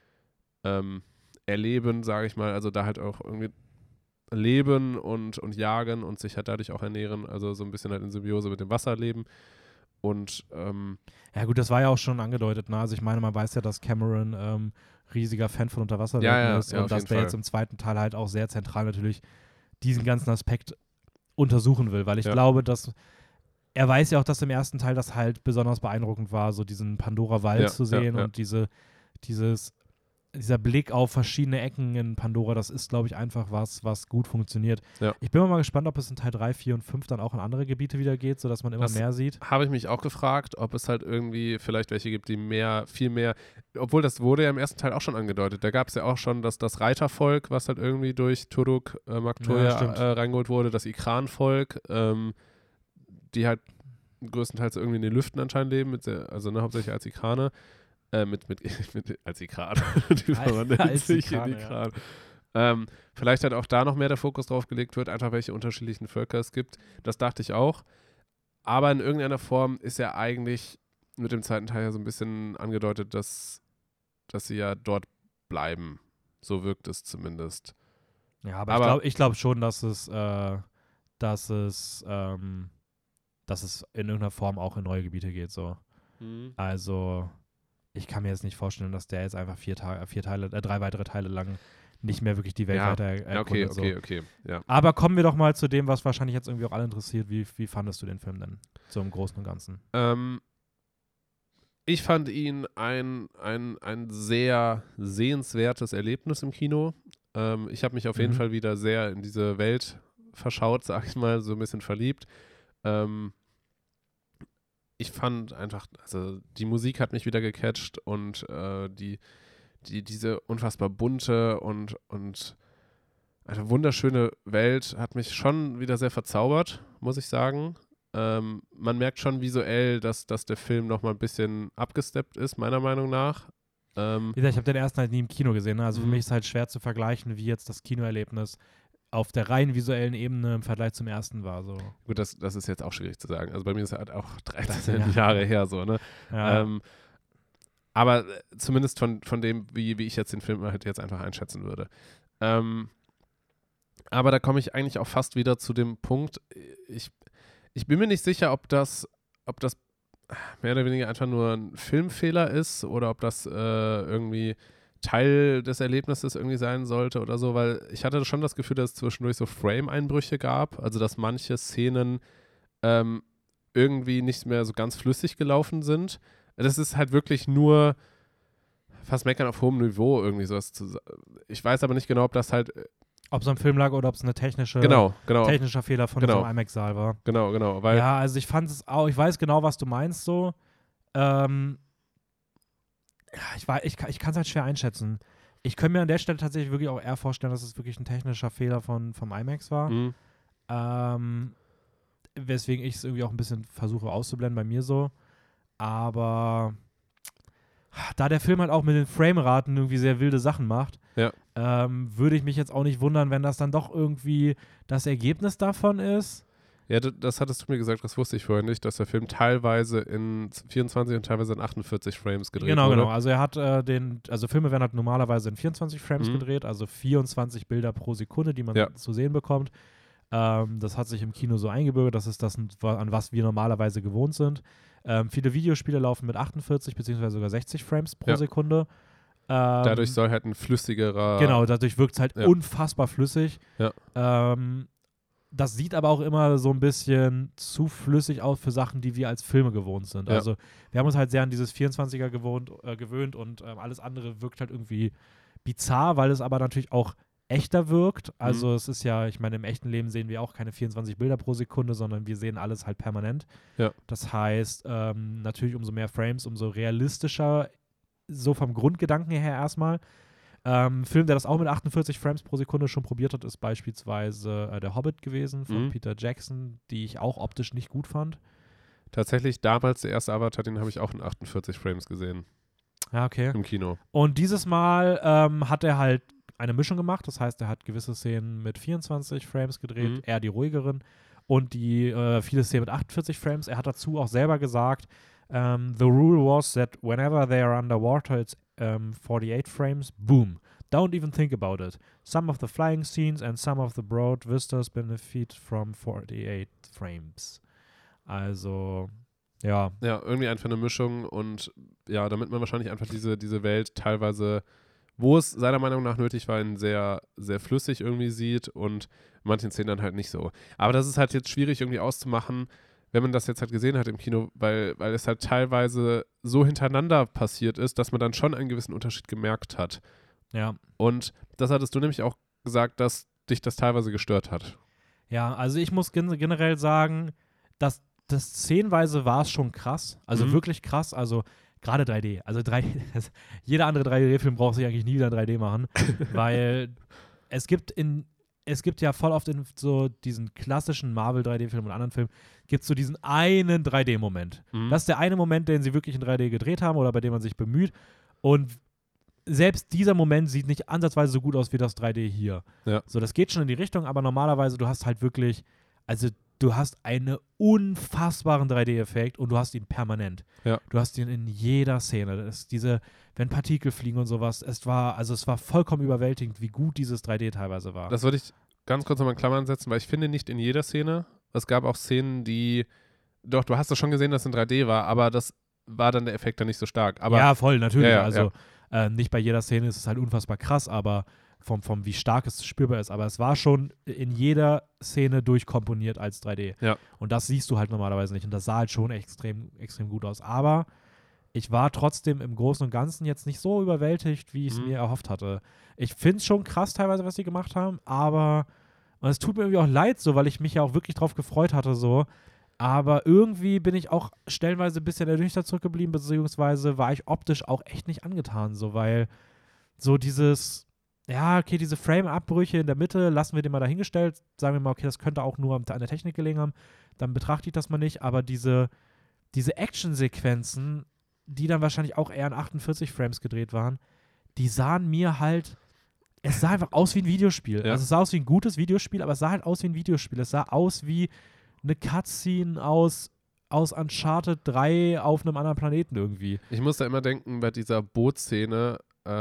erleben, sage ich mal. Also da halt auch irgendwie leben und jagen und sich halt dadurch auch ernähren. Also so ein bisschen halt in Symbiose mit dem Wasser leben. Und ja gut, das war ja auch schon angedeutet. Ne? Also ich meine, man weiß ja, dass Cameron riesiger Fan von Unterwasserwelten ist und dass der jetzt im zweiten Teil halt auch sehr zentral natürlich diesen ganzen Aspekt untersuchen will, weil ich glaube, dass er weiß ja auch, dass im ersten Teil das halt besonders beeindruckend war, so diesen Pandora-Wald zu sehen und dieser Blick auf verschiedene Ecken in Pandora, das ist, glaube ich, einfach was gut funktioniert. Ja. Ich bin mal gespannt, ob es in Teil 3, 4 und 5 dann auch in andere Gebiete wieder geht, sodass man immer mehr sieht. Habe ich mich auch gefragt, ob es halt irgendwie vielleicht welche gibt, die viel mehr, obwohl das wurde ja im ersten Teil auch schon angedeutet. Da gab es ja auch schon das Reitervolk, was halt irgendwie durch Turuk Maktoya reingeholt wurde, das Ikran-Volk, die halt größtenteils irgendwie in den Lüften anscheinend leben, hauptsächlich als Ikraner. Als Ikran. Als Ikran. Vielleicht halt auch da noch mehr der Fokus drauf gelegt wird, einfach welche unterschiedlichen Völker es gibt. Das dachte ich auch. Aber in irgendeiner Form ist ja eigentlich mit dem zweiten Teil ja so ein bisschen angedeutet, dass sie ja dort bleiben. So wirkt es zumindest. Ja, aber ich glaube schon, dass es in irgendeiner Form auch in neue Gebiete geht. So. Also, ich kann mir jetzt nicht vorstellen, dass der jetzt einfach 3 weitere Teile lang nicht mehr wirklich die Welt weiter erkundet. Okay. Ja. Aber kommen wir doch mal zu dem, was wahrscheinlich jetzt irgendwie auch alle interessiert. Wie fandest du den Film denn so im Großen und Ganzen? Ich fand ihn ein sehr sehenswertes Erlebnis im Kino. Ich habe mich auf jeden Fall wieder sehr in diese Welt verschaut, sag ich mal, so ein bisschen verliebt. Ich fand einfach, also die Musik hat mich wieder gecatcht und diese unfassbar bunte und eine wunderschöne Welt hat mich schon wieder sehr verzaubert, muss ich sagen. Man merkt schon visuell, dass der Film noch mal ein bisschen abgesteppt ist, meiner Meinung nach. Wie gesagt, ich habe den ersten halt nie im Kino gesehen. Ne? Also für mich ist es halt schwer zu vergleichen, wie jetzt das Kinoerlebnis auf der rein visuellen Ebene im Vergleich zum ersten war. So. Gut, das ist jetzt auch schwierig zu sagen. Also bei mir ist es halt auch 13 Jahre her so, ne? Ja. Aber zumindest von dem, wie ich jetzt den Film halt jetzt einfach einschätzen würde. Aber da komme ich eigentlich auch fast wieder zu dem Punkt, ich bin mir nicht sicher, ob das mehr oder weniger einfach nur ein Filmfehler ist oder ob das irgendwie Teil des Erlebnisses irgendwie sein sollte oder so, weil ich hatte schon das Gefühl, dass es zwischendurch so Frame-Einbrüche gab, also dass manche Szenen irgendwie nicht mehr so ganz flüssig gelaufen sind. Das ist halt wirklich nur fast Meckern auf hohem Niveau irgendwie sowas zu sagen. Ich weiß aber nicht genau, ob das halt ob es am Film lag oder ob es eine technischer Fehler von unserem IMAX-Saal war. Genau. Weil ja, also ich fand es auch, ich weiß genau, was du meinst so. Ich kann es halt schwer einschätzen. Ich könnte mir an der Stelle tatsächlich wirklich auch eher vorstellen, dass es wirklich ein technischer Fehler vom IMAX war. Weswegen ich es irgendwie auch ein bisschen versuche auszublenden bei mir so. Aber da der Film halt auch mit den Frameraten irgendwie sehr wilde Sachen macht, würde ich mich jetzt auch nicht wundern, wenn das dann doch irgendwie das Ergebnis davon ist. Ja, das hattest du mir gesagt, das wusste ich vorher nicht, dass der Film teilweise in 24 und teilweise in 48 Frames gedreht wurde. Genau. Also er hat Filme werden halt normalerweise in 24 Frames gedreht, also 24 Bilder pro Sekunde, die man zu sehen bekommt. Das hat sich im Kino so eingebürgert, das ist das, an was wir normalerweise gewohnt sind. Viele Videospiele laufen mit 48 bzw. sogar 60 Frames pro Sekunde. Dadurch soll halt ein flüssigerer... Genau, dadurch wirkt es halt unfassbar flüssig. Ja. Das sieht aber auch immer so ein bisschen zu flüssig aus für Sachen, die wir als Filme gewohnt sind. Ja. Also wir haben uns halt sehr an dieses 24er gewöhnt und alles andere wirkt halt irgendwie bizarr, weil es aber natürlich auch echter wirkt. Also es ist ja, ich meine, im echten Leben sehen wir auch keine 24 Bilder pro Sekunde, sondern wir sehen alles halt permanent. Ja. Das heißt, natürlich umso mehr Frames, umso realistischer, so vom Grundgedanken her erstmal. Ein Film, der das auch mit 48 Frames pro Sekunde schon probiert hat, ist beispielsweise Der Hobbit gewesen von Peter Jackson, die ich auch optisch nicht gut fand. Tatsächlich damals der erste Avatar, den habe ich auch in 48 Frames gesehen. Ja, okay. Im Kino. Und dieses Mal hat er halt eine Mischung gemacht. Das heißt, er hat gewisse Szenen mit 24 Frames gedreht, eher die ruhigeren, und die viele Szenen mit 48 Frames. Er hat dazu auch selber gesagt, the rule was that whenever they are underwater, it's 48 frames, boom. Don't even think about it. Some of the flying scenes and some of the broad vistas benefit from 48 frames. Also, ja. Ja, irgendwie einfach eine Mischung und ja, damit man wahrscheinlich einfach diese Welt teilweise, wo es seiner Meinung nach nötig war, sehr, sehr flüssig irgendwie sieht und manchen Szenen dann halt nicht so. Aber das ist halt jetzt schwierig irgendwie auszumachen, wenn man das jetzt halt gesehen hat im Kino, weil es halt teilweise so hintereinander passiert ist, dass man dann schon einen gewissen Unterschied gemerkt hat. Ja. Und das hattest du nämlich auch gesagt, dass dich das teilweise gestört hat. Ja, also ich muss generell sagen, dass das szenenweise war es schon krass, also wirklich krass, also gerade 3D, also 3D, jeder andere 3D-Film braucht sich eigentlich nie wieder in 3D machen, weil es gibt ja voll oft in so diesen klassischen Marvel 3D-Filmen und anderen Filmen, gibt es so diesen einen 3D-Moment. Das ist der eine Moment, den sie wirklich in 3D gedreht haben oder bei dem man sich bemüht. Und selbst dieser Moment sieht nicht ansatzweise so gut aus wie das 3D hier. Ja. So, das geht schon in die Richtung, aber normalerweise, du hast halt wirklich, also du hast einen unfassbaren 3D-Effekt und du hast ihn permanent. Ja. Du hast ihn in jeder Szene. Wenn Partikel fliegen und sowas, es war vollkommen überwältigend, wie gut dieses 3D teilweise war. Das würde ich ganz kurz nochmal in Klammern setzen, weil ich finde nicht in jeder Szene. Es gab auch Szenen, doch, du hast es schon gesehen, dass es in 3D war, aber das war dann der Effekt dann nicht so stark. Aber, ja, voll, natürlich. Ja. Nicht bei jeder Szene ist es halt unfassbar krass, aber vom wie stark es spürbar ist. Aber es war schon in jeder Szene durchkomponiert als 3D. Ja. Und das siehst du halt normalerweise nicht. Und das sah halt schon extrem, extrem gut aus. Aber ich war trotzdem im Großen und Ganzen jetzt nicht so überwältigt, wie ich es mir erhofft hatte. Ich finde es schon krass teilweise, was sie gemacht haben, aber und es tut mir irgendwie auch leid so, weil ich mich ja auch wirklich drauf gefreut hatte so. Aber irgendwie bin ich auch stellenweise ein bisschen ernüchtert zurückgeblieben, beziehungsweise war ich optisch auch echt nicht angetan, so, weil so diese Frame-Abbrüche in der Mitte, lassen wir den mal dahingestellt, sagen wir mal, okay, das könnte auch nur an der Technik gelegen haben, dann betrachte ich das mal nicht, aber diese Action-Sequenzen, die dann wahrscheinlich auch eher in 48 Frames gedreht waren, die sahen mir halt, es sah einfach aus wie ein Videospiel. Ja. Also es sah aus wie ein gutes Videospiel, aber es sah halt aus wie ein Videospiel. Es sah aus wie eine Cutscene aus Uncharted 3 auf einem anderen Planeten irgendwie. Ich muss da immer denken, bei dieser Bootszene,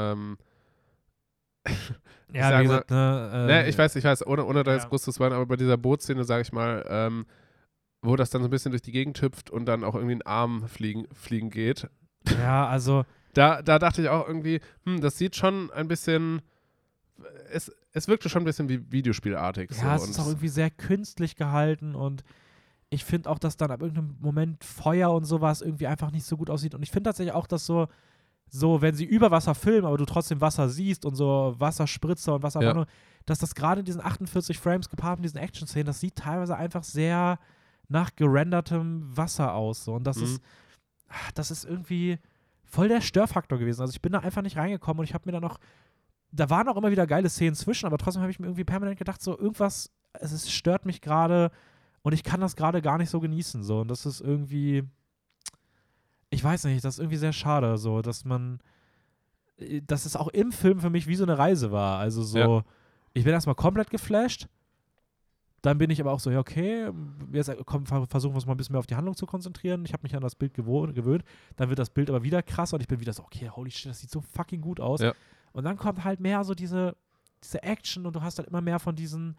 ja, wie gesagt, ich weiß, ohne da jetzt groß zu spoilern, aber bei dieser Bootszene, sag ich mal, wo das dann so ein bisschen durch die Gegend hüpft und dann auch irgendwie ein Arm fliegen geht. Ja, also Da dachte ich auch irgendwie, das sieht schon ein bisschen, es wirkte schon ein bisschen wie Videospielartig. Ja, so, es ist auch irgendwie sehr künstlich gehalten und ich finde auch, dass dann ab irgendeinem Moment Feuer und sowas irgendwie einfach nicht so gut aussieht. Und ich finde tatsächlich auch, dass so, wenn sie über Wasser filmen, aber du trotzdem Wasser siehst und so Wasserspritzer und Wasserwarnung, dass das gerade in diesen 48 Frames gepaart mit diesen Action-Szenen, das sieht teilweise einfach sehr nach gerendertem Wasser aus. So. Und das ist irgendwie voll der Störfaktor gewesen. Also ich bin da einfach nicht reingekommen und ich habe mir dann noch, da waren auch immer wieder geile Szenen zwischen, aber trotzdem habe ich mir irgendwie permanent gedacht, so irgendwas, es stört mich gerade und ich kann das gerade gar nicht so genießen. So. Und das ist irgendwie, ich weiß nicht, das ist irgendwie sehr schade, so, dass es auch im Film für mich wie so eine Reise war. Also so, ich bin erstmal komplett geflasht, dann bin ich aber auch so, ja, okay, jetzt versuchen wir uns mal ein bisschen mehr auf die Handlung zu konzentrieren. Ich habe mich an das Bild gewöhnt. Dann wird das Bild aber wieder krasser und ich bin wieder so, okay, holy shit, das sieht so fucking gut aus. Ja. Und dann kommt halt mehr so diese Action und du hast halt immer mehr von diesen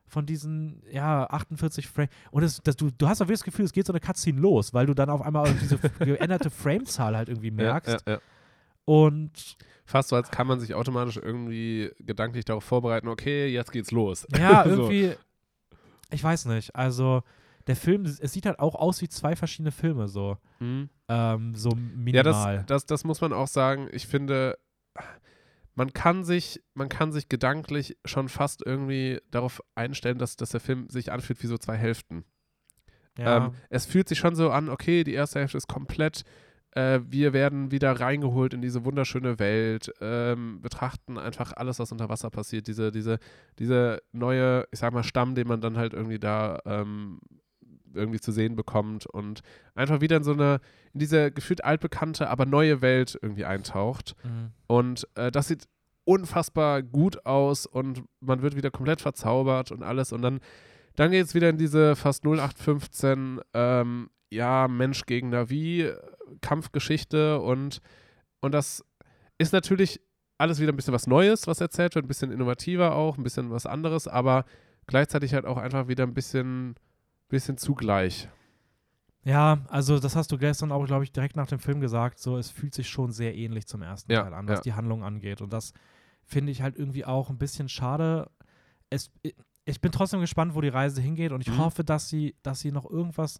48 Frames. Und du hast auch wirklich das Gefühl, es geht so eine Cutscene los, weil du dann auf einmal diese geänderte Framezahl halt irgendwie merkst. Ja. Und fast so, als kann man sich automatisch irgendwie gedanklich darauf vorbereiten, okay, jetzt geht's los. Ja, irgendwie, ich weiß nicht, also der Film, es sieht halt auch aus wie zwei verschiedene Filme, so. So minimal. Ja, das muss man auch sagen. Ich finde, man kann sich gedanklich schon fast irgendwie darauf einstellen, dass der Film sich anfühlt wie so zwei Hälften. Ja. Es fühlt sich schon so an, okay, die erste Hälfte ist komplett, wir werden wieder reingeholt in diese wunderschöne Welt, betrachten einfach alles, was unter Wasser passiert, diese neue, ich sag mal, Stamm, den man dann halt irgendwie da irgendwie zu sehen bekommt und einfach wieder in diese gefühlt altbekannte, aber neue Welt irgendwie eintaucht. Und das sieht unfassbar gut aus und man wird wieder komplett verzaubert und alles und dann geht es wieder in diese fast 0815 Mensch gegen Navi Kampfgeschichte und das ist natürlich alles wieder ein bisschen was Neues, was erzählt wird, ein bisschen innovativer auch, ein bisschen was anderes, aber gleichzeitig halt auch einfach wieder ein bisschen zugleich. Ja, also das hast du gestern auch, glaube ich, direkt nach dem Film gesagt, so es fühlt sich schon sehr ähnlich zum ersten Teil an, was die Handlung angeht und das finde ich halt irgendwie auch ein bisschen schade. Ich bin trotzdem gespannt, wo die Reise hingeht und ich hoffe, dass sie noch irgendwas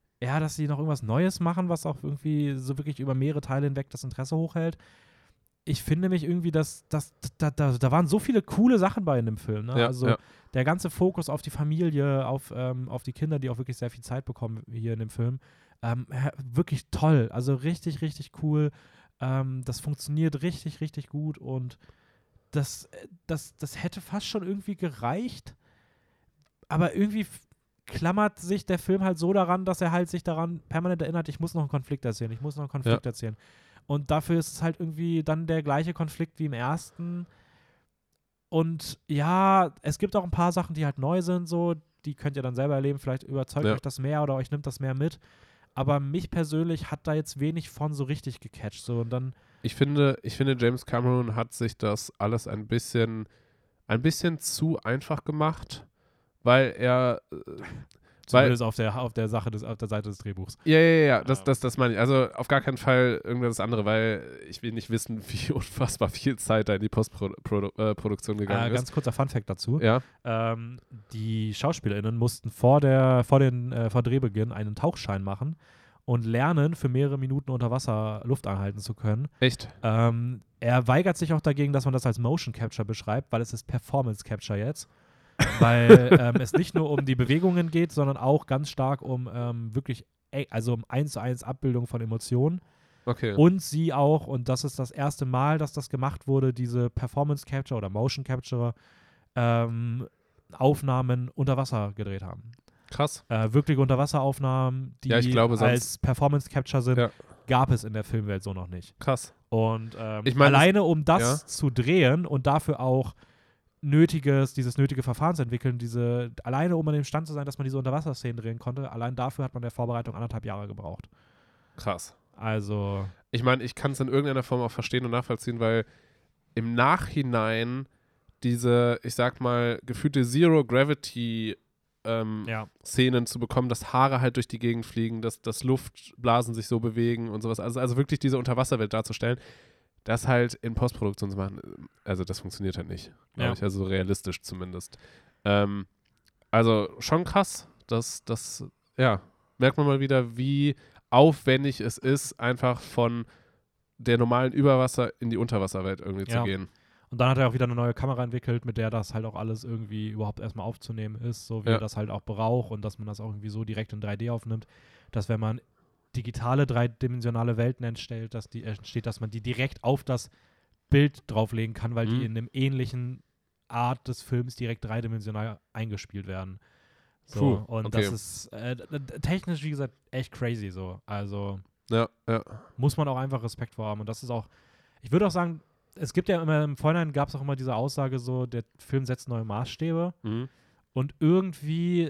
Neues machen, was auch irgendwie so wirklich über mehrere Teile hinweg das Interesse hochhält. Ich finde mich irgendwie, da waren so viele coole Sachen bei in dem Film. Ne? Der ganze Fokus auf die Familie, auf die Kinder, die auch wirklich sehr viel Zeit bekommen hier in dem Film. Wirklich toll. Also richtig, richtig cool. Das funktioniert richtig, richtig gut und das hätte fast schon irgendwie gereicht. Aber irgendwie klammert sich der Film halt so daran, dass er halt sich daran permanent erinnert, ich muss noch einen Konflikt erzählen. Und dafür ist es halt irgendwie dann der gleiche Konflikt wie im ersten. Und ja, es gibt auch ein paar Sachen, die halt neu sind, so, die könnt ihr dann selber erleben, vielleicht überzeugt euch das mehr oder euch nimmt das mehr mit. Aber mich persönlich hat da jetzt wenig von so richtig gecatcht. So, und dann ich finde, James Cameron hat sich das alles ein bisschen zu einfach gemacht, weil er zumindest auf der Seite des Drehbuchs. Ja, das meine ich. Also auf gar keinen Fall irgendwas andere, weil ich will nicht wissen, wie unfassbar viel Zeit da in die Postproduktion gegangen ist. Ganz kurzer Funfact dazu. Ja. Die SchauspielerInnen mussten vor Drehbeginn einen Tauchschein machen und lernen, für mehrere Minuten unter Wasser Luft anhalten zu können. Echt? Er weigert sich auch dagegen, dass man das als Motion Capture beschreibt, weil es ist Performance Capture jetzt. Weil es nicht nur um die Bewegungen geht, sondern auch ganz stark um wirklich, also um 1:1 Abbildung von Emotionen. Okay. Und sie auch, und das ist das erste Mal, dass das gemacht wurde, diese Performance Capture oder Motion Capture Aufnahmen unter Wasser gedreht haben. Krass. Wirkliche Unterwasseraufnahmen, die als Performance Capture sind, gab es in der Filmwelt so noch nicht. Krass. Und ich mein, alleine um das zu drehen und dafür auch dieses nötige Verfahren zu entwickeln, alleine um an dem Stand zu sein, dass man diese Unterwasserszenen drehen konnte, allein dafür hat man der Vorbereitung 1,5 Jahre gebraucht. Krass. Also. Ich meine, ich kann es in irgendeiner Form auch verstehen und nachvollziehen, weil im Nachhinein diese, ich sag mal, gefühlte Zero-Gravity Szenen zu bekommen, dass Haare halt durch die Gegend fliegen, dass Luftblasen sich so bewegen und sowas. Also wirklich diese Unterwasserwelt darzustellen, das halt in Postproduktion zu machen, also das funktioniert halt nicht, glaube ich, also realistisch zumindest. Also schon krass, das merkt man mal wieder, wie aufwendig es ist, einfach von der normalen Überwasser in die Unterwasserwelt irgendwie zu gehen. Und dann hat er auch wieder eine neue Kamera entwickelt, mit der das halt auch alles irgendwie überhaupt erstmal aufzunehmen ist, so wie er das halt auch braucht und dass man das auch irgendwie so direkt in 3D aufnimmt, dass wenn man digitale dreidimensionale Welten entsteht, dass man die direkt auf das Bild drauflegen kann, weil die in einem ähnlichen Art des Films direkt dreidimensional eingespielt werden. So, und das ist technisch, wie gesagt, echt crazy so. Also muss man auch einfach Respekt vor haben. Und das ist auch, ich würde auch sagen, es gibt ja immer, im Vorhinein gab es auch immer diese Aussage so, der Film setzt neue Maßstäbe. Und irgendwie,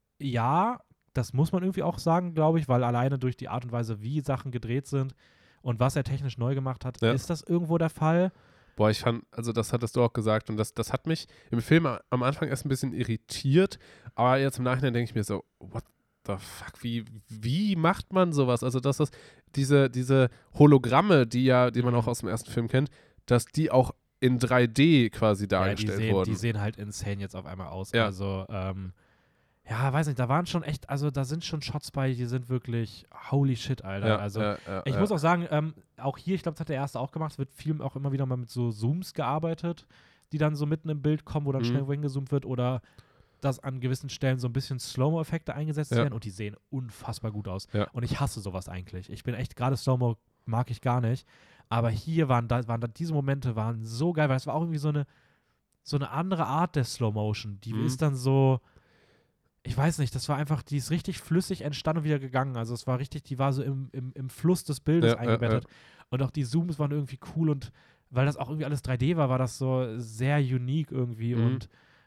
das muss man irgendwie auch sagen, glaube ich, weil alleine durch die Art und Weise, wie Sachen gedreht sind und was er technisch neu gemacht hat, ist das irgendwo der Fall. Boah, ich fand, also das hattest du auch gesagt und das hat mich im Film am Anfang erst ein bisschen irritiert, aber jetzt im Nachhinein denke ich mir so, what the fuck, wie macht man sowas? Also dass das diese Hologramme, die man auch aus dem ersten Film kennt, dass die auch in 3D quasi dargestellt wurden. Die sehen halt insane jetzt auf einmal aus. Ja. Also, weiß nicht, da waren schon echt, also da sind schon Shots bei, die sind wirklich holy shit, Alter. Ich muss auch sagen, auch hier, ich glaube, das hat der erste auch gemacht, wird viel auch immer wieder mal mit so Zooms gearbeitet, die dann so mitten im Bild kommen, wo dann schnell hingezoomt wird oder dass an gewissen Stellen so ein bisschen Slow-Mo-Effekte eingesetzt werden und die sehen unfassbar gut aus. Ja. Und ich hasse sowas eigentlich. Ich bin echt, gerade Slow-Mo mag ich gar nicht. Aber hier waren da diese Momente waren so geil, weil es war auch irgendwie so eine andere Art der Slow-Motion. Die ist dann so, ich weiß nicht, das war einfach, die ist richtig flüssig entstanden und wieder gegangen. Also es war richtig, die war so im Fluss des Bildes eingebettet. Und auch die Zooms waren irgendwie cool und weil das auch irgendwie alles 3D war das so sehr unique irgendwie. Und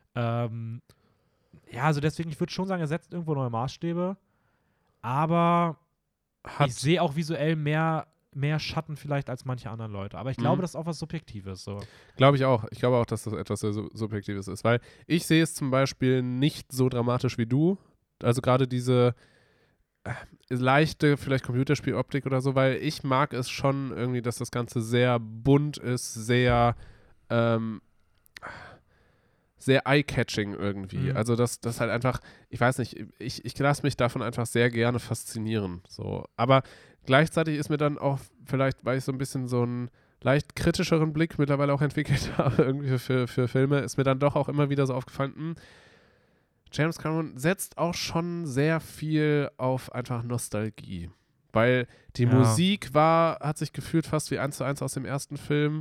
also deswegen, ich würde schon sagen, er setzt irgendwo neue Maßstäbe. Aber ich sehe auch visuell mehr Schatten vielleicht als manche anderen Leute. Aber ich glaube, das ist auch was Subjektives. So. Glaube ich auch. Ich glaube auch, dass das etwas sehr Subjektives ist. Weil ich sehe es zum Beispiel nicht so dramatisch wie du. Also gerade diese leichte, vielleicht Computerspieloptik oder so, weil ich mag es schon irgendwie, dass das Ganze sehr bunt ist, sehr eye-catching irgendwie. Also das halt einfach, ich weiß nicht, ich lasse mich davon einfach sehr gerne faszinieren. So. Aber gleichzeitig ist mir dann auch, vielleicht, weil ich so ein bisschen so einen leicht kritischeren Blick mittlerweile auch entwickelt habe, irgendwie für Filme, ist mir dann doch auch immer wieder so aufgefallen, James Cameron setzt auch schon sehr viel auf einfach Nostalgie. Weil die Musik hat sich gefühlt fast wie 1:1 aus dem ersten Film.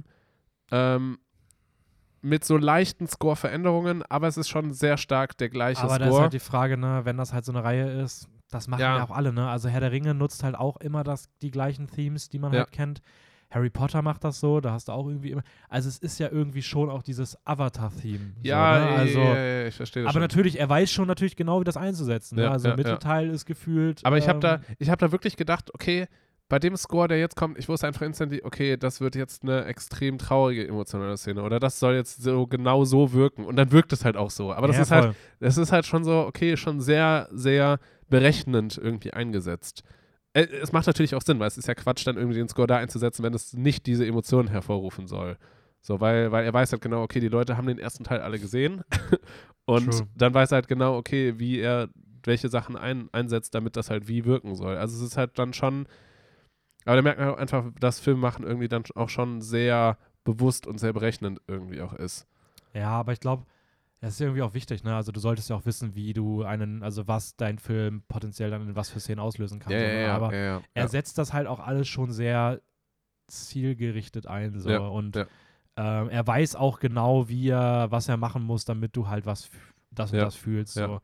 Mit so leichten Score-Veränderungen, aber es ist schon sehr stark der gleiche Score. Aber da ist halt die Frage, ne, wenn das halt so eine Reihe ist, das machen ja auch alle, ne? Also Herr der Ringe nutzt halt auch immer die gleichen Themes, die man halt kennt. Harry Potter macht das so, da hast du auch irgendwie immer, also es ist ja irgendwie schon auch dieses Avatar-Theme. Ja, so, ne? Also, ja, ich verstehe das aber schon. natürlich, er weiß schon natürlich genau, wie das einzusetzen. Ne? Also Mittelteil ist gefühlt. Aber ich hab da wirklich gedacht, okay, bei dem Score, der jetzt kommt, ich wusste einfach instantly, okay, das wird jetzt eine extrem traurige emotionale Szene oder das soll jetzt so genau so wirken und dann wirkt es halt auch so. Aber das ist halt schon so, okay, schon sehr, sehr berechnend irgendwie eingesetzt. Es macht natürlich auch Sinn, weil es ist ja Quatsch, dann irgendwie den Score da einzusetzen, wenn es nicht diese Emotionen hervorrufen soll. So, weil er weiß halt genau, okay, die Leute haben den ersten Teil alle gesehen und True. dann weiß er halt genau, okay, wie er welche Sachen einsetzt, damit das halt wie wirken soll. Also es ist halt dann schon, aber da merkt man einfach, dass Filmmachen irgendwie dann auch schon sehr bewusst und sehr berechnend irgendwie auch ist. Ja, aber ich glaube, das ist irgendwie auch wichtig, ne? Also du solltest ja auch wissen, wie du also was dein Film potenziell dann in was für Szenen auslösen kann. Aber er setzt das halt auch alles schon sehr zielgerichtet ein. So. Und er weiß auch genau, was er machen muss, damit du halt das und das fühlst. So.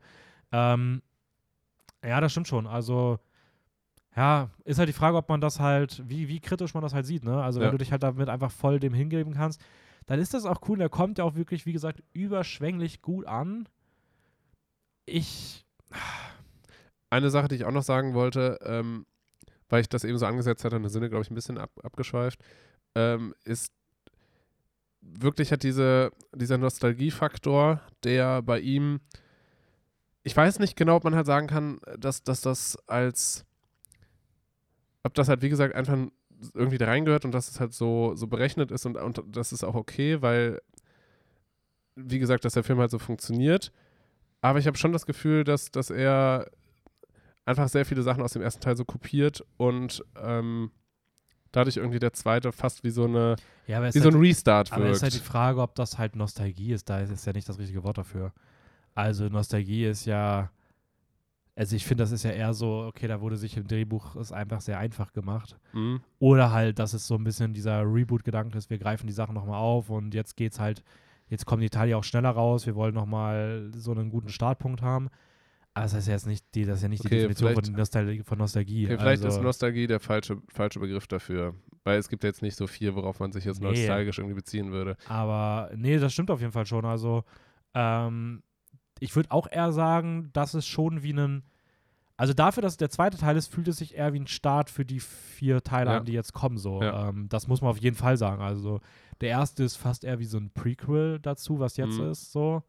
Ja, das stimmt schon. Also ja, ist halt die Frage, ob man das halt, wie kritisch man das halt sieht, ne? Also wenn du dich halt damit einfach voll dem hingeben kannst, dann ist das auch cool. Der kommt ja auch wirklich, wie gesagt, überschwänglich gut an. Eine Sache, die ich auch noch sagen wollte, weil ich das eben so angesetzt hatte und da sind wir, glaube ich, ein bisschen abgeschweift, ist wirklich hat dieser Nostalgiefaktor, der bei ihm, ich weiß nicht genau, ob man halt sagen kann, dass das ob das halt, wie gesagt, einfach irgendwie da reingehört und dass es halt so berechnet ist und das ist auch okay, weil, wie gesagt, dass der Film halt so funktioniert. Aber ich habe schon das Gefühl, dass er einfach sehr viele Sachen aus dem ersten Teil so kopiert und dadurch irgendwie der zweite fast wie so ein Restart wirkt. Aber es ist halt die Frage, ob das halt Nostalgie ist. Da ist ja nicht das richtige Wort dafür. Also Nostalgie ist ja, also ich finde, das ist ja eher so, okay, da wurde sich im Drehbuch es einfach sehr einfach gemacht. Mhm. Oder halt, dass es so ein bisschen dieser Reboot-Gedanke ist, wir greifen die Sachen nochmal auf und jetzt kommen die Teile auch schneller raus, wir wollen nochmal so einen guten Startpunkt haben. Aber das ist ja jetzt nicht die Definition von Nostalgie. Okay, vielleicht ist Nostalgie der falsche Begriff dafür. Weil es gibt ja jetzt nicht so viel, worauf man sich jetzt nostalgisch irgendwie beziehen würde. Aber nee, das stimmt auf jeden Fall schon. Also ich würde auch eher sagen, dass es schon wie also dafür, dass es der zweite Teil ist, fühlt es sich eher wie ein Start für die 4 Teile an, die jetzt kommen. So. Ja. Das muss man auf jeden Fall sagen. Also der erste ist fast eher wie so ein Prequel dazu, was jetzt ist. So.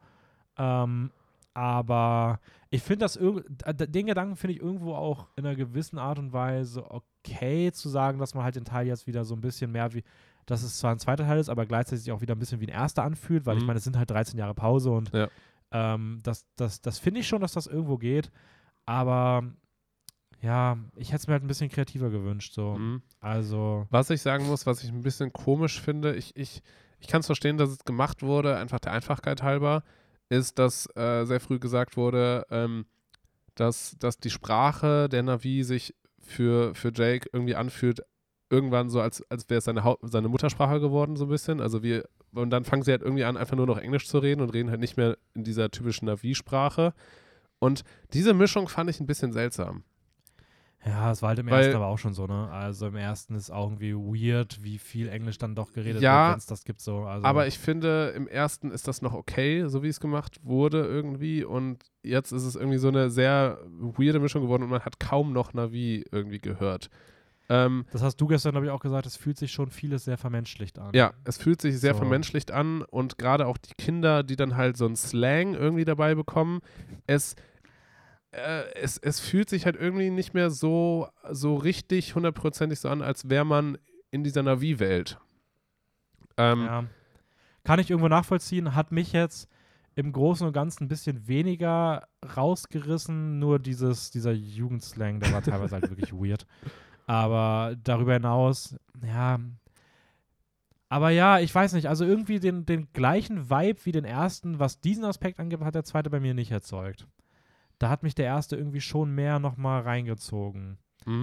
Aber ich finde den Gedanken finde ich irgendwo auch in einer gewissen Art und Weise okay zu sagen, dass man halt den Teil jetzt wieder so ein bisschen mehr wie, dass es zwar ein zweiter Teil ist, aber gleichzeitig sich auch wieder ein bisschen wie ein erster anfühlt, weil ich meine, es sind halt 13 Jahre Pause und das finde ich schon, dass das irgendwo geht. Aber ja, ich hätte es mir halt ein bisschen kreativer gewünscht. So. Also. Was ich sagen muss, was ich ein bisschen komisch finde, ich kann es verstehen, dass es gemacht wurde, einfach der Einfachheit halber, ist, dass sehr früh gesagt wurde, dass die Sprache der Na'vi sich für Jake irgendwie anfühlt, irgendwann so, als wäre es seine Muttersprache geworden, so ein bisschen. Also und dann fangen sie halt irgendwie an, einfach nur noch Englisch zu reden und reden halt nicht mehr in dieser typischen Na'vi-Sprache. Und diese Mischung fand ich ein bisschen seltsam. Ja, es war halt im ersten aber auch schon so, ne? Also im ersten ist auch irgendwie weird, wie viel Englisch dann doch geredet wird, wenn es das gibt. So. Also aber ich finde, im ersten ist das noch okay, so wie es gemacht wurde irgendwie. Und jetzt ist es irgendwie so eine sehr weirde Mischung geworden und man hat kaum noch Na'vi irgendwie gehört. Das hast du gestern, glaube ich, auch gesagt, es fühlt sich schon vieles sehr vermenschlicht an. Ja, es fühlt sich sehr vermenschlicht an und gerade auch die Kinder, die dann halt so einen Slang irgendwie dabei bekommen, es fühlt sich halt irgendwie nicht mehr so richtig hundertprozentig so an, als wäre man in dieser Na'vi-Welt. Ja. Kann ich irgendwo nachvollziehen, hat mich jetzt im Großen und Ganzen ein bisschen weniger rausgerissen, nur dieser Jugendslang, der war teilweise halt wirklich weird. Aber darüber hinaus, ja. Aber ja, ich weiß nicht, also irgendwie den gleichen Vibe wie den ersten, was diesen Aspekt angeht, hat der zweite bei mir nicht erzeugt. Da hat mich der erste irgendwie schon mehr nochmal reingezogen.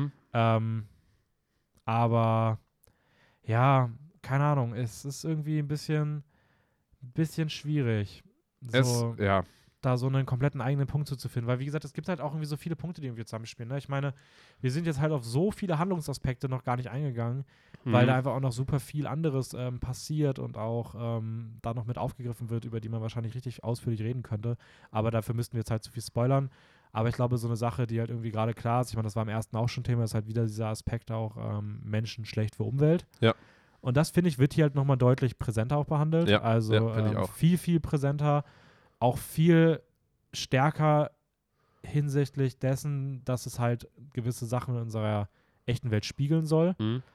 Aber ja, keine Ahnung, es ist irgendwie ein bisschen schwierig. So. da so einen kompletten eigenen Punkt zu finden. Weil, wie gesagt, es gibt halt auch irgendwie so viele Punkte, die irgendwie zusammenspielen. Ne? Ich meine, wir sind jetzt halt auf so viele Handlungsaspekte noch gar nicht eingegangen, weil da einfach auch noch super viel anderes passiert und auch da noch mit aufgegriffen wird, über die man wahrscheinlich richtig ausführlich reden könnte. Aber dafür müssten wir jetzt halt zu viel spoilern. Aber ich glaube, so eine Sache, die halt irgendwie gerade klar ist, ich meine, das war im ersten auch schon Thema, ist halt wieder dieser Aspekt auch Menschen schlecht für Umwelt. Ja. Und das, finde ich, wird hier halt nochmal deutlich präsenter auch behandelt. Ja, also finde ich auch. viel, viel präsenter, auch viel stärker hinsichtlich dessen, dass es halt gewisse Sachen in unserer echten Welt spiegeln soll.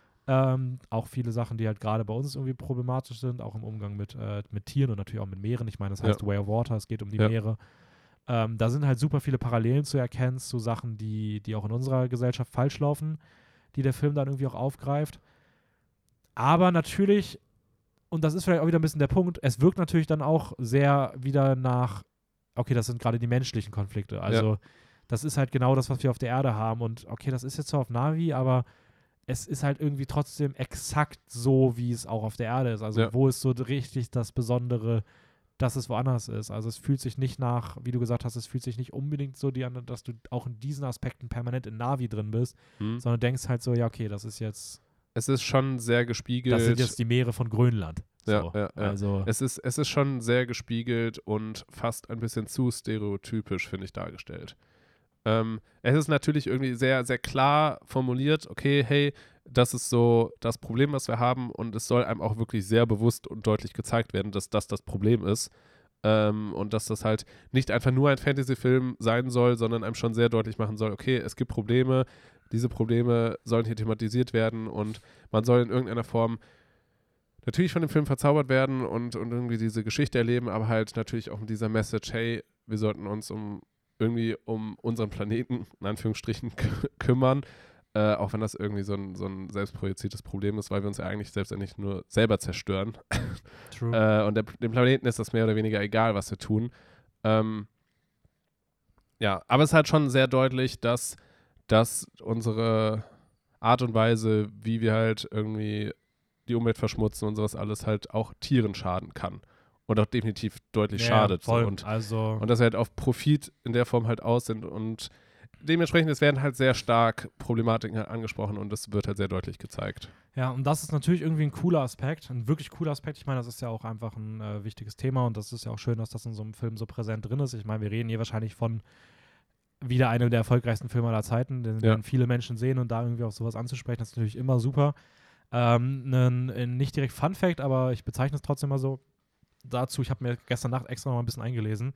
Auch viele Sachen, die halt gerade bei uns irgendwie problematisch sind, auch im Umgang mit Tieren und natürlich auch mit Meeren. Ich meine, das heißt Way of Water, es geht um die Meere. Da sind halt super viele Parallelen zu erkennen zu Sachen, die auch in unserer Gesellschaft falsch laufen, die der Film dann irgendwie auch aufgreift. Aber natürlich, und das ist vielleicht auch wieder ein bisschen der Punkt, es wirkt natürlich dann auch sehr wieder nach, okay, das sind gerade die menschlichen Konflikte. Also das ist halt genau das, was wir auf der Erde haben. Und okay, das ist jetzt zwar auf Navi, aber es ist halt irgendwie trotzdem exakt so, wie es auch auf der Erde ist. Also wo ist so richtig das Besondere, dass es woanders ist. Also es fühlt sich nicht nach, wie du gesagt hast, es fühlt sich nicht unbedingt so, dass du auch in diesen Aspekten permanent in Navi drin bist, sondern denkst halt so, ja, okay, das ist jetzt... Es ist schon sehr gespiegelt. Das sind jetzt die Meere von Grönland. So. Ja. Also es ist schon sehr gespiegelt und fast ein bisschen zu stereotypisch, finde ich, dargestellt. Es ist natürlich irgendwie sehr, sehr klar formuliert, okay, hey, das ist so das Problem, was wir haben, und es soll einem auch wirklich sehr bewusst und deutlich gezeigt werden, dass das das Problem ist. Und dass das halt nicht einfach nur ein Fantasy-Film sein soll, sondern einem schon sehr deutlich machen soll, okay, es gibt Probleme, diese Probleme sollen hier thematisiert werden und man soll in irgendeiner Form natürlich von dem Film verzaubert werden und irgendwie diese Geschichte erleben, aber halt natürlich auch mit dieser Message, hey, wir sollten uns um unseren Planeten, in Anführungsstrichen, kümmern, auch wenn das irgendwie so ein selbstprojiziertes Problem ist, weil wir uns ja eigentlich selbstendlich nur selber zerstören. True. Und dem Planeten ist das mehr oder weniger egal, was wir tun. Ja, aber es ist halt schon sehr deutlich, dass unsere Art und Weise, wie wir halt irgendwie die Umwelt verschmutzen und sowas alles, halt auch Tieren schaden kann. Und auch definitiv deutlich schadet. Voll. So. Und dass wir halt auf Profit in der Form halt aus sind. Und dementsprechend, es werden halt sehr stark Problematiken halt angesprochen und das wird halt sehr deutlich gezeigt. Ja, und das ist natürlich irgendwie ein cooler Aspekt, ein wirklich cooler Aspekt. Ich meine, das ist ja auch einfach ein wichtiges Thema und das ist ja auch schön, dass das in so einem Film so präsent drin ist. Ich meine, wir reden hier wahrscheinlich von wieder einem der erfolgreichsten Filme aller Zeiten, den viele Menschen sehen, und da irgendwie auch sowas anzusprechen, das ist natürlich immer super. Nicht direkt Fun Fact, aber ich bezeichne es trotzdem mal so dazu. Ich habe mir gestern Nacht extra noch mal ein bisschen eingelesen,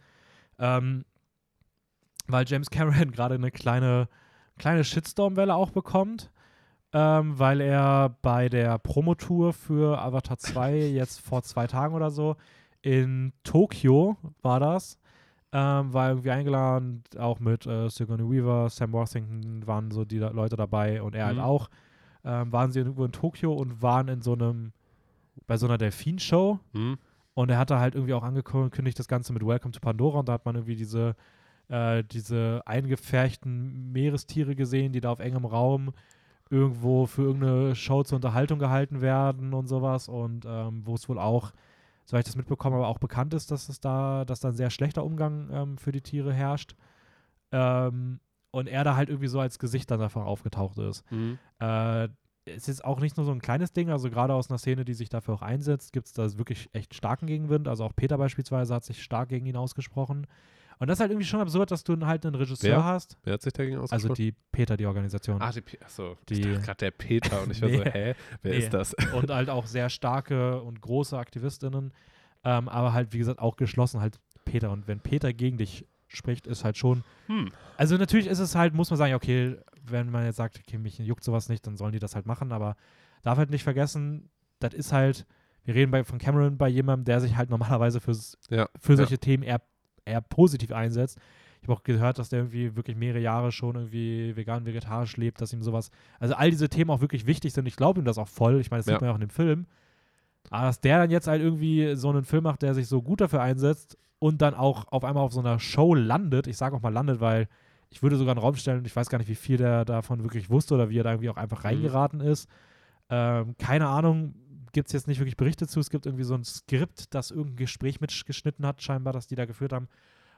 weil James Cameron gerade eine kleine Shitstorm-Welle auch bekommt, weil er bei der Promotour für Avatar 2 jetzt vor 2 Tagen oder so in Tokio war das, war irgendwie eingeladen, auch mit Sigourney Weaver, Sam Worthington waren so die Leute dabei und er halt auch. Waren sie irgendwo in Tokio und waren bei so einer Delfin-Show. Und er hatte halt irgendwie auch angekündigt, das Ganze mit Welcome to Pandora, und da hat man irgendwie diese eingepferchten Meerestiere gesehen, die da auf engem Raum irgendwo für irgendeine Show zur Unterhaltung gehalten werden und sowas, und wo es wohl auch, soweit ich das mitbekommen habe, auch bekannt ist, dass da ein sehr schlechter Umgang für die Tiere herrscht. Und er da halt irgendwie so als Gesicht dann einfach aufgetaucht ist. Es ist auch nicht nur so ein kleines Ding, also gerade aus einer Szene, die sich dafür auch einsetzt, gibt es da wirklich echt starken Gegenwind. Also auch Peter beispielsweise hat sich stark gegen ihn ausgesprochen. Und das ist halt irgendwie schon absurd, dass du halt einen Regisseur hast. Wer hat sich dagegen ausgesprochen? Also die Peter, die Organisation. Achso, ich dachte gerade der Peter und ich war so, wer ist das? Und halt auch sehr starke und große AktivistInnen, aber halt, wie gesagt, auch geschlossen halt Peter. Und wenn Peter gegen dich spricht, ist halt schon. Also natürlich ist es halt, muss man sagen, okay, wenn man jetzt sagt, okay, mich juckt sowas nicht, dann sollen die das halt machen, aber darf halt nicht vergessen, das ist halt, wir reden von Cameron bei jemandem, der sich halt normalerweise für solche Themen eher positiv einsetzt. Ich habe auch gehört, dass der irgendwie wirklich mehrere Jahre schon irgendwie vegan, vegetarisch lebt, dass ihm sowas, also all diese Themen auch wirklich wichtig sind. Ich glaube ihm das auch voll. Ich meine, das sieht man ja auch in dem Film. Aber dass der dann jetzt halt irgendwie so einen Film macht, der sich so gut dafür einsetzt und dann auch auf einmal auf so einer Show landet, ich sage auch mal landet, weil ich würde sogar einen Raum stellen, ich weiß gar nicht, wie viel der davon wirklich wusste oder wie er da irgendwie auch einfach reingeraten ist. Keine Ahnung, gibt es jetzt nicht wirklich Berichte zu. Es gibt irgendwie so ein Skript, das irgendein Gespräch mitgeschnitten hat, scheinbar, das die da geführt haben.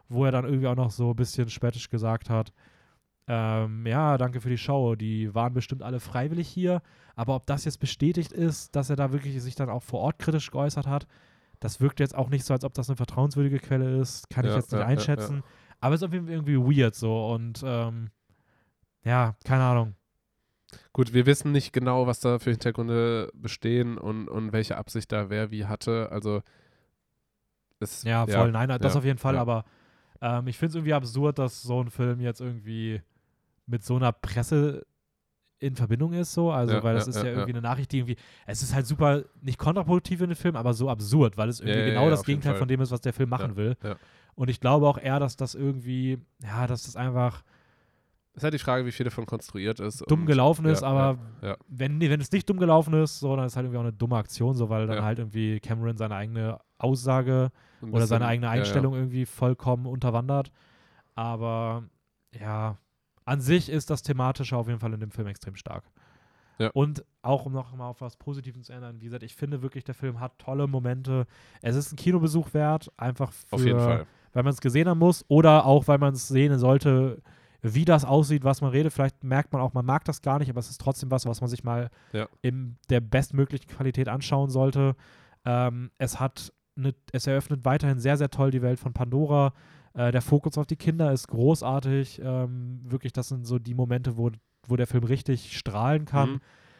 wo er dann irgendwie auch noch so ein bisschen spöttisch gesagt hat, ja, danke für die Show, die waren bestimmt alle freiwillig hier, aber ob das jetzt bestätigt ist, dass er da wirklich sich dann auch vor Ort kritisch geäußert hat, das wirkt jetzt auch nicht so, als ob das eine vertrauenswürdige Quelle ist, kann ich jetzt nicht einschätzen, aber es ist auf jeden Fall irgendwie weird so und ja, keine Ahnung. Gut, wir wissen nicht genau, was da für Hintergründe bestehen und welche Absicht da wer wie hatte, also ja, voll, nein, das auf jeden Fall, ja. aber ich finde es irgendwie absurd, dass so ein Film jetzt irgendwie mit so einer Presse in Verbindung ist, so, also weil das ist ja irgendwie eine Nachricht, die irgendwie, es ist halt super, nicht kontraproduktiv in dem Film, aber so absurd, weil es irgendwie genau das Gegenteil von dem ist, was der Film machen will. Ja. Und ich glaube auch eher, dass das irgendwie, ja, dass das einfach ist halt die Frage, wie viel davon konstruiert ist. Dumm gelaufen ist, aber wenn es nicht dumm gelaufen ist, so, dann ist halt irgendwie auch eine dumme Aktion, so, weil dann halt irgendwie Cameron seine eigene Aussage oder seine eigene Einstellung irgendwie vollkommen unterwandert. Aber ja, an sich ist das Thematische auf jeden Fall in dem Film extrem stark. Ja. Und auch, um noch mal auf was Positives zu ändern, wie gesagt, ich finde wirklich, der Film hat tolle Momente. Es ist ein Kinobesuch wert, einfach auf jeden Fall. Weil man es gesehen haben muss oder auch, weil man es sehen sollte, wie das aussieht, was man redet. Vielleicht merkt man auch, man mag das gar nicht, aber es ist trotzdem was man sich mal in der bestmöglichen Qualität anschauen sollte. Es eröffnet weiterhin sehr, sehr toll die Welt von Pandora. Der Fokus auf die Kinder ist großartig. Wirklich, das sind so die Momente, wo der Film richtig strahlen kann.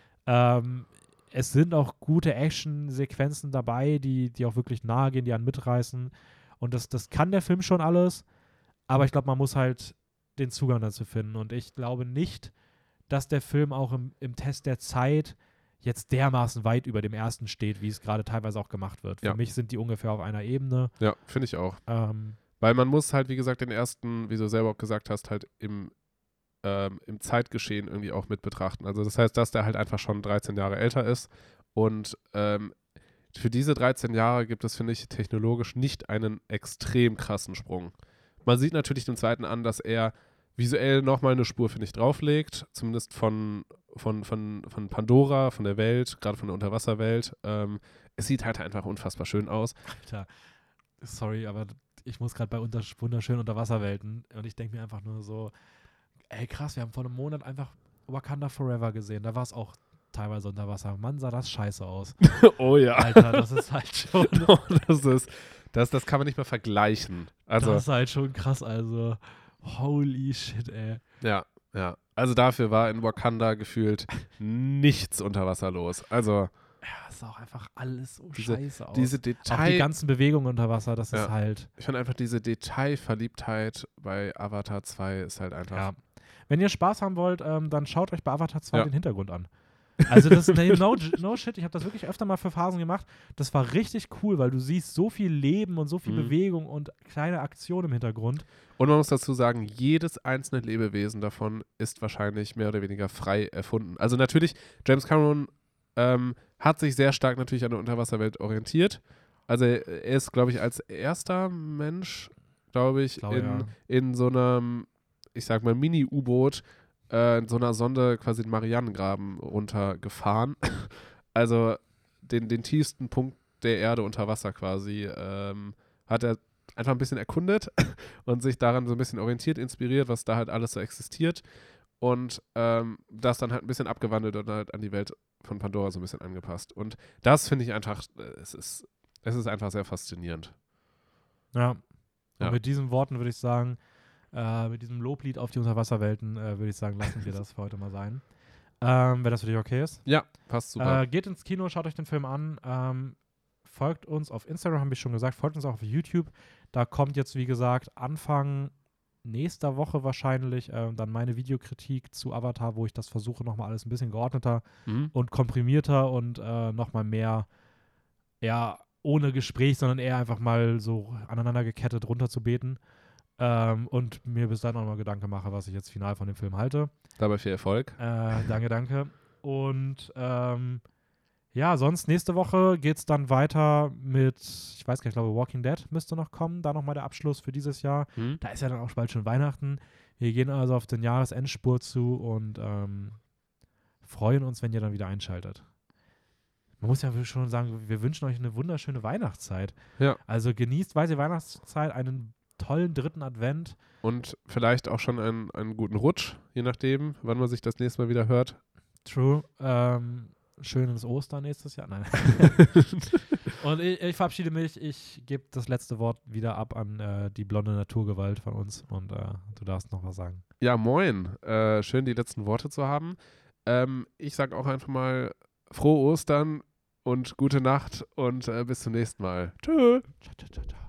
Es sind auch gute Action-Sequenzen dabei, die auch wirklich nahe gehen, die einen mitreißen. Und das kann der Film schon alles. Aber ich glaube, man muss halt den Zugang dazu finden. Und ich glaube nicht, dass der Film auch im Test der Zeit jetzt dermaßen weit über dem ersten steht, wie es gerade teilweise auch gemacht wird. Für mich sind die ungefähr auf einer Ebene. Ja, finde ich auch. Weil man muss halt, wie gesagt, den ersten, wie du selber auch gesagt hast, halt im Zeitgeschehen irgendwie auch mit betrachten. Also das heißt, dass der halt einfach schon 13 Jahre älter ist und für diese 13 Jahre gibt es, finde ich, technologisch nicht einen extrem krassen Sprung. Man sieht natürlich dem zweiten an, dass er visuell nochmal eine Spur, finde ich, drauflegt, zumindest von Pandora, von der Welt, gerade von der Unterwasserwelt. Es sieht halt einfach unfassbar schön aus. Alter, sorry, aber ich muss gerade bei wunderschönen Unterwasserwelten und ich denke mir einfach nur so, ey krass, wir haben vor einem Monat einfach Wakanda Forever gesehen, da war es auch teilweise unter Wasser. Mann, sah das scheiße aus. Oh ja. Alter, das ist halt schon... Das kann man nicht mehr vergleichen. Also, das ist halt schon krass, also holy shit, ey. Ja. Also dafür war in Wakanda gefühlt nichts unter Wasser los. Also... Ja, es sah auch einfach alles so scheiße aus. Diese auch die ganzen Bewegungen unter Wasser, das ist halt... Ich finde einfach diese Detailverliebtheit bei Avatar 2 ist halt einfach... Ja. Wenn ihr Spaß haben wollt, dann schaut euch bei Avatar 2 den Hintergrund an. Also das ist no shit, ich habe das wirklich öfter mal für Phasen gemacht. Das war richtig cool, weil du siehst so viel Leben und so viel Bewegung und kleine Aktionen im Hintergrund. Und man muss dazu sagen, jedes einzelne Lebewesen davon ist wahrscheinlich mehr oder weniger frei erfunden. Also natürlich, James Cameron hat sich sehr stark natürlich an der Unterwasserwelt orientiert. Also er ist, glaube ich, als erster Mensch, in so einem, ich sag mal, Mini-U-Boot in so einer Sonde quasi den Marianengraben runtergefahren. Also den tiefsten Punkt der Erde unter Wasser quasi hat er einfach ein bisschen erkundet und sich daran so ein bisschen orientiert, inspiriert, was da halt alles so existiert und das dann halt ein bisschen abgewandelt und halt an die Welt von Pandora so ein bisschen angepasst. Und das finde ich einfach, es ist einfach sehr faszinierend. Ja. Und mit diesen Worten würde ich sagen, mit diesem Loblied auf die Unterwasserwelten, würde ich sagen, lassen wir das für heute mal sein. Wenn das für dich okay ist. Ja, passt super. Geht ins Kino, schaut euch den Film an. Folgt uns auf Instagram, habe ich schon gesagt. Folgt uns auch auf YouTube. Da kommt jetzt, wie gesagt, Anfang nächster Woche wahrscheinlich dann meine Videokritik zu Avatar, wo ich das versuche, nochmal alles ein bisschen geordneter und komprimierter und nochmal mehr, ohne Gespräch, sondern eher einfach mal so aneinander gekettet runterzubeten. Und mir bis dann auch mal Gedanken mache, was ich jetzt final von dem Film halte. Dabei viel Erfolg. Danke. Und sonst nächste Woche geht es dann weiter mit, ich weiß gar nicht, ich glaube Walking Dead müsste noch kommen, da nochmal der Abschluss für dieses Jahr. Da ist ja dann auch bald schon Weihnachten. Wir gehen also auf den Jahresendspurt zu und freuen uns, wenn ihr dann wieder einschaltet. Man muss ja schon sagen, wir wünschen euch eine wunderschöne Weihnachtszeit. Ja. Also genießt weiße Weihnachtszeit, einen tollen 3. Advent. Und vielleicht auch schon einen guten Rutsch, je nachdem, wann man sich das nächste Mal wieder hört. True. Schönes Ostern nächstes Jahr. Nein. Und ich verabschiede mich. Ich gebe das letzte Wort wieder ab an die blonde Naturgewalt von uns. Und du darfst noch was sagen. Ja, moin. Schön, die letzten Worte zu haben. Ich sage auch einfach mal frohe Ostern und gute Nacht und bis zum nächsten Mal. Tschö. Ciao, ciao, ciao, ciao.